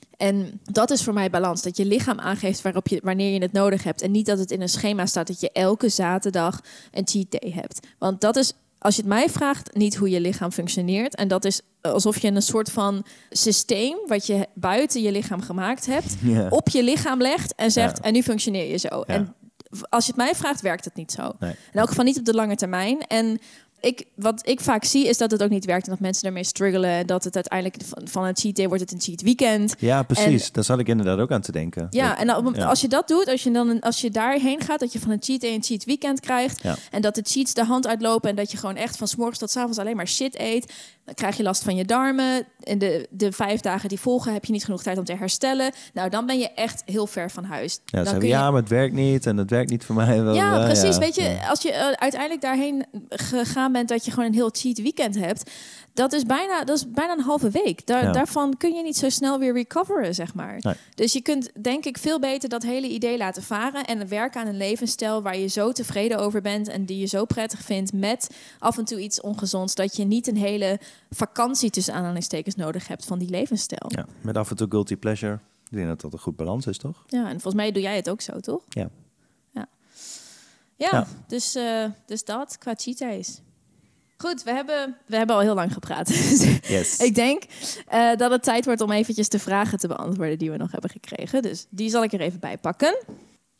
En dat is voor mij balans. Dat je lichaam aangeeft waarop je, wanneer je het nodig hebt. En niet dat het in een schema staat dat je elke zaterdag een cheat day hebt. Want dat is, als je het mij vraagt, niet hoe je lichaam functioneert. En dat is alsof je een soort van systeem wat je buiten je lichaam gemaakt hebt, Ja. op je lichaam legt en zegt, Ja. en nu functioneer je zo. Ja. En als je het mij vraagt, werkt het niet zo. Nee. In elk geval niet op de lange termijn. En ik, wat ik vaak zie, is dat het ook niet werkt en dat mensen daarmee struggelen. En dat het uiteindelijk van, van een cheat day wordt het een cheat weekend. Ja, precies. En- Daar zat ik inderdaad ook aan te denken. Ja, Dat- en dan, ja. als je dat doet, als je, dan een, als je daarheen gaat, dat je van een cheat day een cheat weekend krijgt. Ja. En dat de cheats de hand uitlopen en dat je gewoon echt van 's morgens tot 's avonds alleen maar shit eet. Dan krijg je last van je darmen. En de, de vijf dagen die volgen heb je niet genoeg tijd om te herstellen. Nou, dan ben je echt heel ver van huis. Ja, dan ze hebben, kun je- ja, maar het werkt niet en het werkt niet voor mij. Wel, Ja, eh, precies. ja. Weet je, Ja. als je uh, uiteindelijk daarheen gegaan bent dat je gewoon een heel cheat weekend hebt, dat is bijna, dat is bijna een halve week. Daar, Ja. Daarvan kun je niet zo snel weer recoveren, zeg maar. Nee. Dus je kunt, denk ik, veel beter dat hele idee laten varen en werken aan een levensstijl waar je zo tevreden over bent en die je zo prettig vindt met af en toe iets ongezonds, dat je niet een hele vakantie tussen aanhalingstekens nodig hebt van die levensstijl. Ja, Ja, met af en toe guilty pleasure. Ik denk dat dat een goed balans is, toch? en volgens mij doe jij het ook zo, toch? Ja. Ja, ja, Ja. Dus, uh, dus dat qua cheat days. Goed, we hebben, we hebben al heel lang gepraat. Yes. Ik denk uh, dat het tijd wordt om eventjes de vragen te beantwoorden die we nog hebben gekregen. Dus die zal ik er even bij pakken. Oké,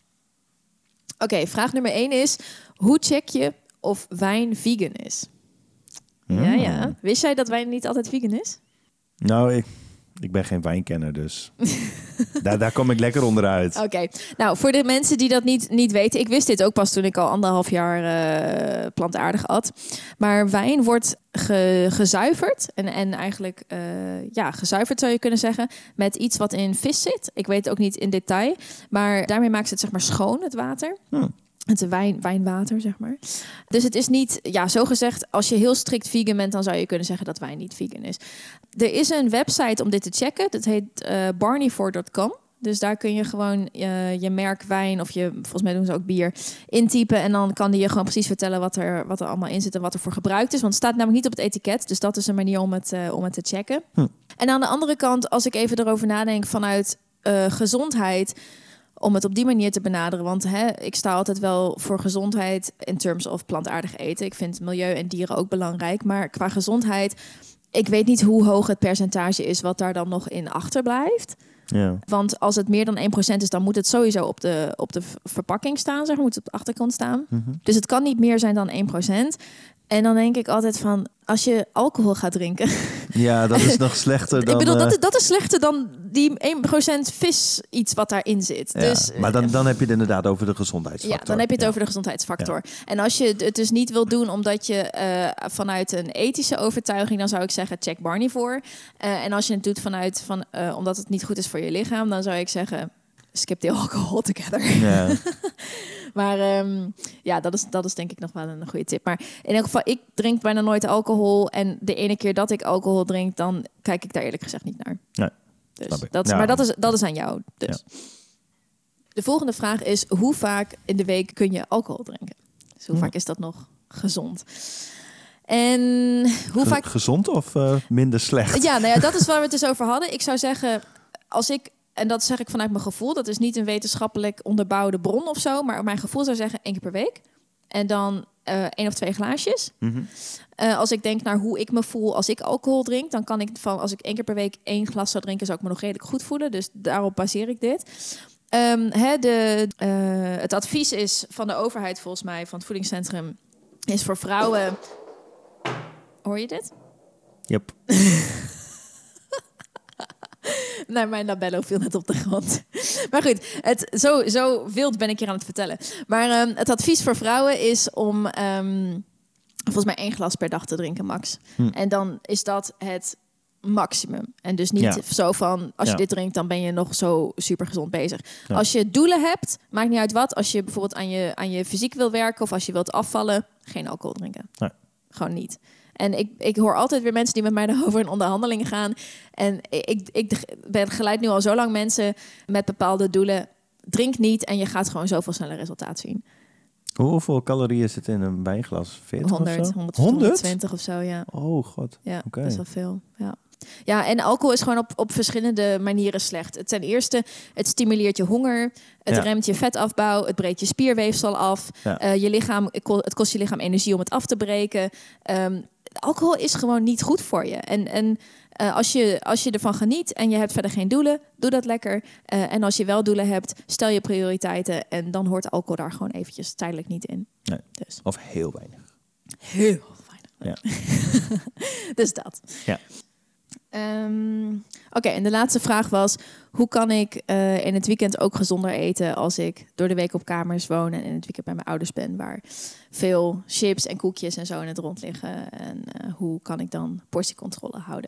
okay, vraag nummer één is... Hoe check je of wijn vegan is? Mm. Ja, ja. Wist jij dat wijn niet altijd vegan is? Nou, ik, ik ben geen wijnkenner, dus daar, daar kom ik lekker onderuit. Oké, okay. Nou, voor de mensen die dat niet, niet weten... Ik wist dit ook pas toen ik al anderhalf jaar uh, plantaardig at. Maar wijn wordt ge, gezuiverd. En, en eigenlijk, uh, ja, gezuiverd zou je kunnen zeggen... met iets wat in vis zit. Ik weet het ook niet in detail. Maar daarmee maakt het zeg maar schoon, het water... Hmm. Het is wijn, wijnwater, zeg maar. Dus het is niet, ja, zo gezegd, als je heel strikt vegan bent... dan zou je kunnen zeggen dat wijn niet vegan is. Er is een website om dit te checken. Dat heet uh, barneyfore dot com. Dus daar kun je gewoon uh, je merk wijn... of je, volgens mij doen ze ook bier, intypen... en dan kan die je gewoon precies vertellen wat er, wat er allemaal in zit... en wat er voor gebruikt is. Want het staat namelijk niet op het etiket. Dus dat is een manier om het, uh, om het te checken. Hm. En aan de andere kant, als ik even erover nadenk vanuit uh, gezondheid... om het op die manier te benaderen. Want hè, ik sta altijd wel voor gezondheid in terms of plantaardig eten. Ik vind milieu en dieren ook belangrijk. Maar qua gezondheid, ik weet niet hoe hoog het percentage is... wat daar dan nog in achterblijft. Ja. Want als het meer dan één procent is... dan moet het sowieso op de, op de verpakking staan. Zeg maar, moet het op de achterkant staan. Mm-hmm. Dus het kan niet meer zijn dan één procent. En dan denk ik altijd van... als je alcohol gaat drinken... Ja, dat is nog slechter dan... Ik bedoel, dat is, dat is slechter dan die één procent vis iets wat daarin zit. Ja, dus, maar dan, dan heb je het inderdaad over de gezondheidsfactor. Ja, dan heb je het ja. over de gezondheidsfactor. Ja. En als je het dus niet wil doen omdat je uh, vanuit een ethische overtuiging... dan zou ik zeggen, check Barneyfore. Uh, en als je het doet vanuit van, uh, omdat het niet goed is voor je lichaam... dan zou ik zeggen, skip the alcohol together. Ja. Maar um, ja, dat is, dat is denk ik nog wel een goede tip. Maar in elk geval, ik drink bijna nooit alcohol. En de ene keer dat ik alcohol drink, dan kijk ik daar eerlijk gezegd niet naar. Nee, dus dat, ja. Maar dat is, dat is aan jou. Dus. Ja. De volgende vraag is, hoe vaak in de week kun je alcohol drinken? Dus hoe hm. vaak is dat nog gezond? En hoe Ge- vaak... Gezond of uh, minder slecht? Ja, nou ja, dat is waar we het dus over hadden. Ik zou zeggen, als ik... En dat zeg ik vanuit mijn gevoel. Dat is niet een wetenschappelijk onderbouwde bron of zo. Maar mijn gevoel zou zeggen één keer per week. En dan uh, één of twee glaasjes. Mm-hmm. Uh, als ik denk naar hoe ik me voel als ik alcohol drink... dan kan ik van als ik één keer per week één glas zou drinken... zou ik me nog redelijk goed voelen. Dus daarop baseer ik dit. Um, hè, de, uh, het advies is van de overheid volgens mij... van het voedingscentrum... is voor vrouwen... Hoor je dit? Yep. Nee, mijn labello viel net op de grond. Maar goed, het, zo, zo wild ben ik hier aan het vertellen. Maar um, het advies voor vrouwen is om um, volgens mij één glas per dag te drinken, max. Hm. En dan is dat het maximum. En dus niet ja. zo van, als je ja. dit drinkt, dan ben je nog zo super gezond bezig. Ja. Als je doelen hebt, maakt niet uit wat. Als je bijvoorbeeld aan je, aan je fysiek wil werken of als je wilt afvallen, geen alcohol drinken. Nee. Gewoon niet. En ik, ik hoor altijd weer mensen die met mij daarover in onderhandelingen gaan. En ik, ik begeleid nu al zo lang mensen met bepaalde doelen. Drink niet en je gaat gewoon zoveel sneller resultaat zien. Hoeveel calorieën zit in een wijnglas? veertig honderd, of zo? honderd, honderdtwintig of zo, ja. Oh god. Ja, okay. Dat is wel veel, ja. Ja, en alcohol is gewoon op, op verschillende manieren slecht. Het ten eerste, het stimuleert je honger. Het ja. remt je vetafbouw. Het breekt je spierweefsel af. Ja. Uh, je lichaam, het kost je lichaam energie om het af te breken. Um, alcohol is gewoon niet goed voor je. En, en uh, als, je, als je ervan geniet en je hebt verder geen doelen, doe dat lekker. Uh, en als je wel doelen hebt, stel je prioriteiten. En dan hoort alcohol daar gewoon eventjes tijdelijk niet in. Nee. Dus. Of heel weinig. Heel weinig. Ja. Dus dat. Ja. Um, Oké, okay, en de laatste vraag was... hoe kan ik uh, in het weekend ook gezonder eten... als ik door de week op kamers woon... en in het weekend bij mijn ouders ben... waar veel chips en koekjes en zo in het rond liggen. En uh, hoe kan ik dan portiecontrole houden?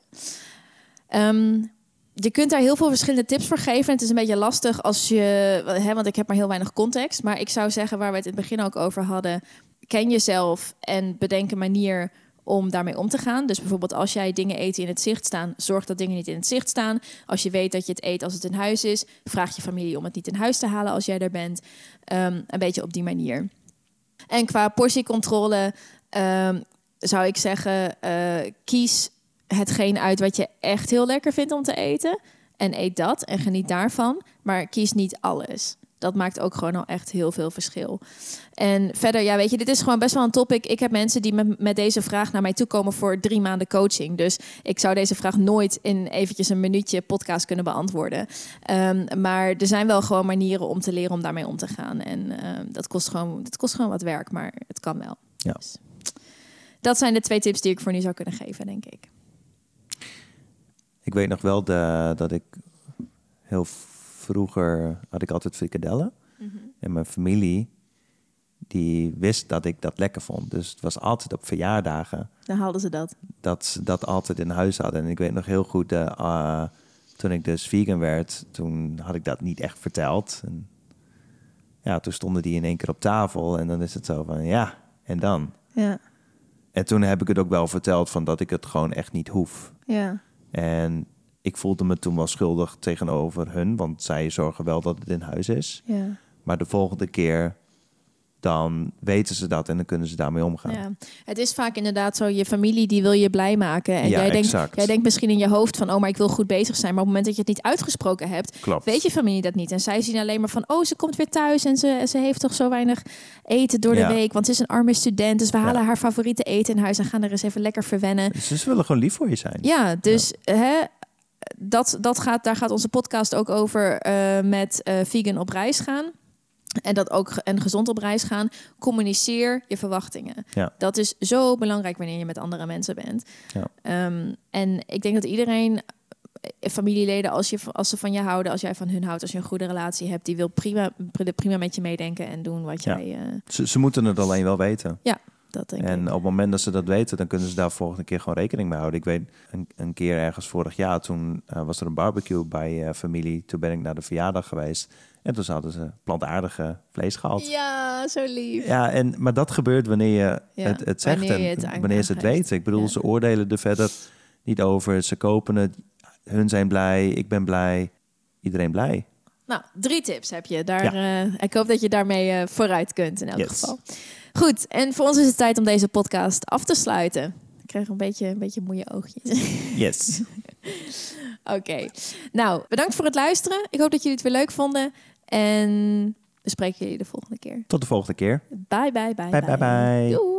Um, je kunt daar heel veel verschillende tips voor geven. Het is een beetje lastig als je... Hè, want ik heb maar heel weinig context. Maar ik zou zeggen, waar we het in het begin ook over hadden... ken jezelf en bedenk een manier... om daarmee om te gaan. Dus bijvoorbeeld als jij dingen eet die in het zicht staan... zorg dat dingen niet in het zicht staan. Als je weet dat je het eet als het in huis is... vraag je familie om het niet in huis te halen als jij er bent. Um, een beetje op die manier. En qua portiecontrole um, zou ik zeggen... Uh, kies hetgeen uit wat je echt heel lekker vindt om te eten... en eet dat en geniet daarvan. Maar kies niet alles. Dat maakt ook gewoon al echt heel veel verschil. En verder, ja, weet je, dit is gewoon best wel een topic. Ik heb mensen die met, met deze vraag naar mij toe komen voor drie maanden coaching. Dus ik zou deze vraag nooit in eventjes een minuutje podcast kunnen beantwoorden. Um, maar er zijn wel gewoon manieren om te leren om daarmee om te gaan. En um, dat kost gewoon, dat kost gewoon wat werk, maar het kan wel. Ja. Dus dat zijn de twee tips die ik voor nu zou kunnen geven, denk ik. Ik weet nog wel de, dat ik heel vroeger had ik altijd frikadellen. Mm-hmm. En mijn familie, die wist dat ik dat lekker vond. Dus het was altijd op verjaardagen. Dan haalden ze dat. Dat ze dat altijd in huis hadden. En ik weet nog heel goed, uh, uh, toen ik dus vegan werd, toen had ik dat niet echt verteld. En ja, toen stonden die in één keer op tafel. En dan is het zo van, ja, en dan? Ja. En toen heb ik het ook wel verteld van dat ik het gewoon echt niet hoef. Ja. En ik voelde me toen wel schuldig tegenover hun, want zij zorgen wel dat het in huis is. Ja. Maar de volgende keer, dan weten ze dat en dan kunnen ze daarmee omgaan. Ja. Het is vaak inderdaad zo, je familie die wil je blij maken. En ja, jij, denkt, exact. jij denkt misschien in je hoofd van, oh, maar ik wil goed bezig zijn. Maar op het moment dat je het niet uitgesproken hebt, Klopt. weet je familie dat niet. En zij zien alleen maar van, oh, ze komt weer thuis en ze, ze heeft toch zo weinig eten door de ja. week. Want ze is een arme student, dus we halen ja. haar favoriete eten in huis en gaan er eens even lekker verwennen. Dus ze willen gewoon lief voor je zijn. Ja, dus ja. Hè, dat, dat gaat, daar gaat onze podcast ook over uh, met uh, vegan op reis gaan. En dat ook en gezond op reis gaan. Communiceer je verwachtingen. Ja. Dat is zo belangrijk wanneer je met andere mensen bent. Ja. Um, en ik denk dat iedereen, familieleden, als, je, als ze van je houden, als jij van hun houdt, als je een goede relatie hebt, die wil prima, prima met je meedenken en doen wat ja. jij... Uh... Ze, ze moeten het alleen wel weten. Ja. Dat denk en ik. op het moment dat ze dat weten, dan kunnen ze daar volgende keer gewoon rekening mee houden. Ik weet een, een keer ergens vorig jaar, toen uh, was er een barbecue bij uh, familie. Toen ben ik naar de verjaardag geweest. En toen hadden ze plantaardige vlees gehad. Ja, zo lief. Ja, en, maar dat gebeurt wanneer je ja, het, het zegt wanneer en het wanneer ze het weten. Ik bedoel, ja. ze oordelen er verder niet over. Ze kopen het, hun zijn blij, ik ben blij, iedereen blij. Nou, drie tips heb je. Daar, ja. uh, ik hoop dat je daarmee uh, vooruit kunt in elk yes. geval. Goed, en voor ons is het tijd om deze podcast af te sluiten. Ik krijg een beetje, een beetje moeie oogjes. Yes. Oké. Okay. Nou, bedankt voor het luisteren. Ik hoop dat jullie het weer leuk vonden. En we spreken jullie de volgende keer. Tot de volgende keer. Bye, bye, bye. Bye, bye, bye. bye. Doei.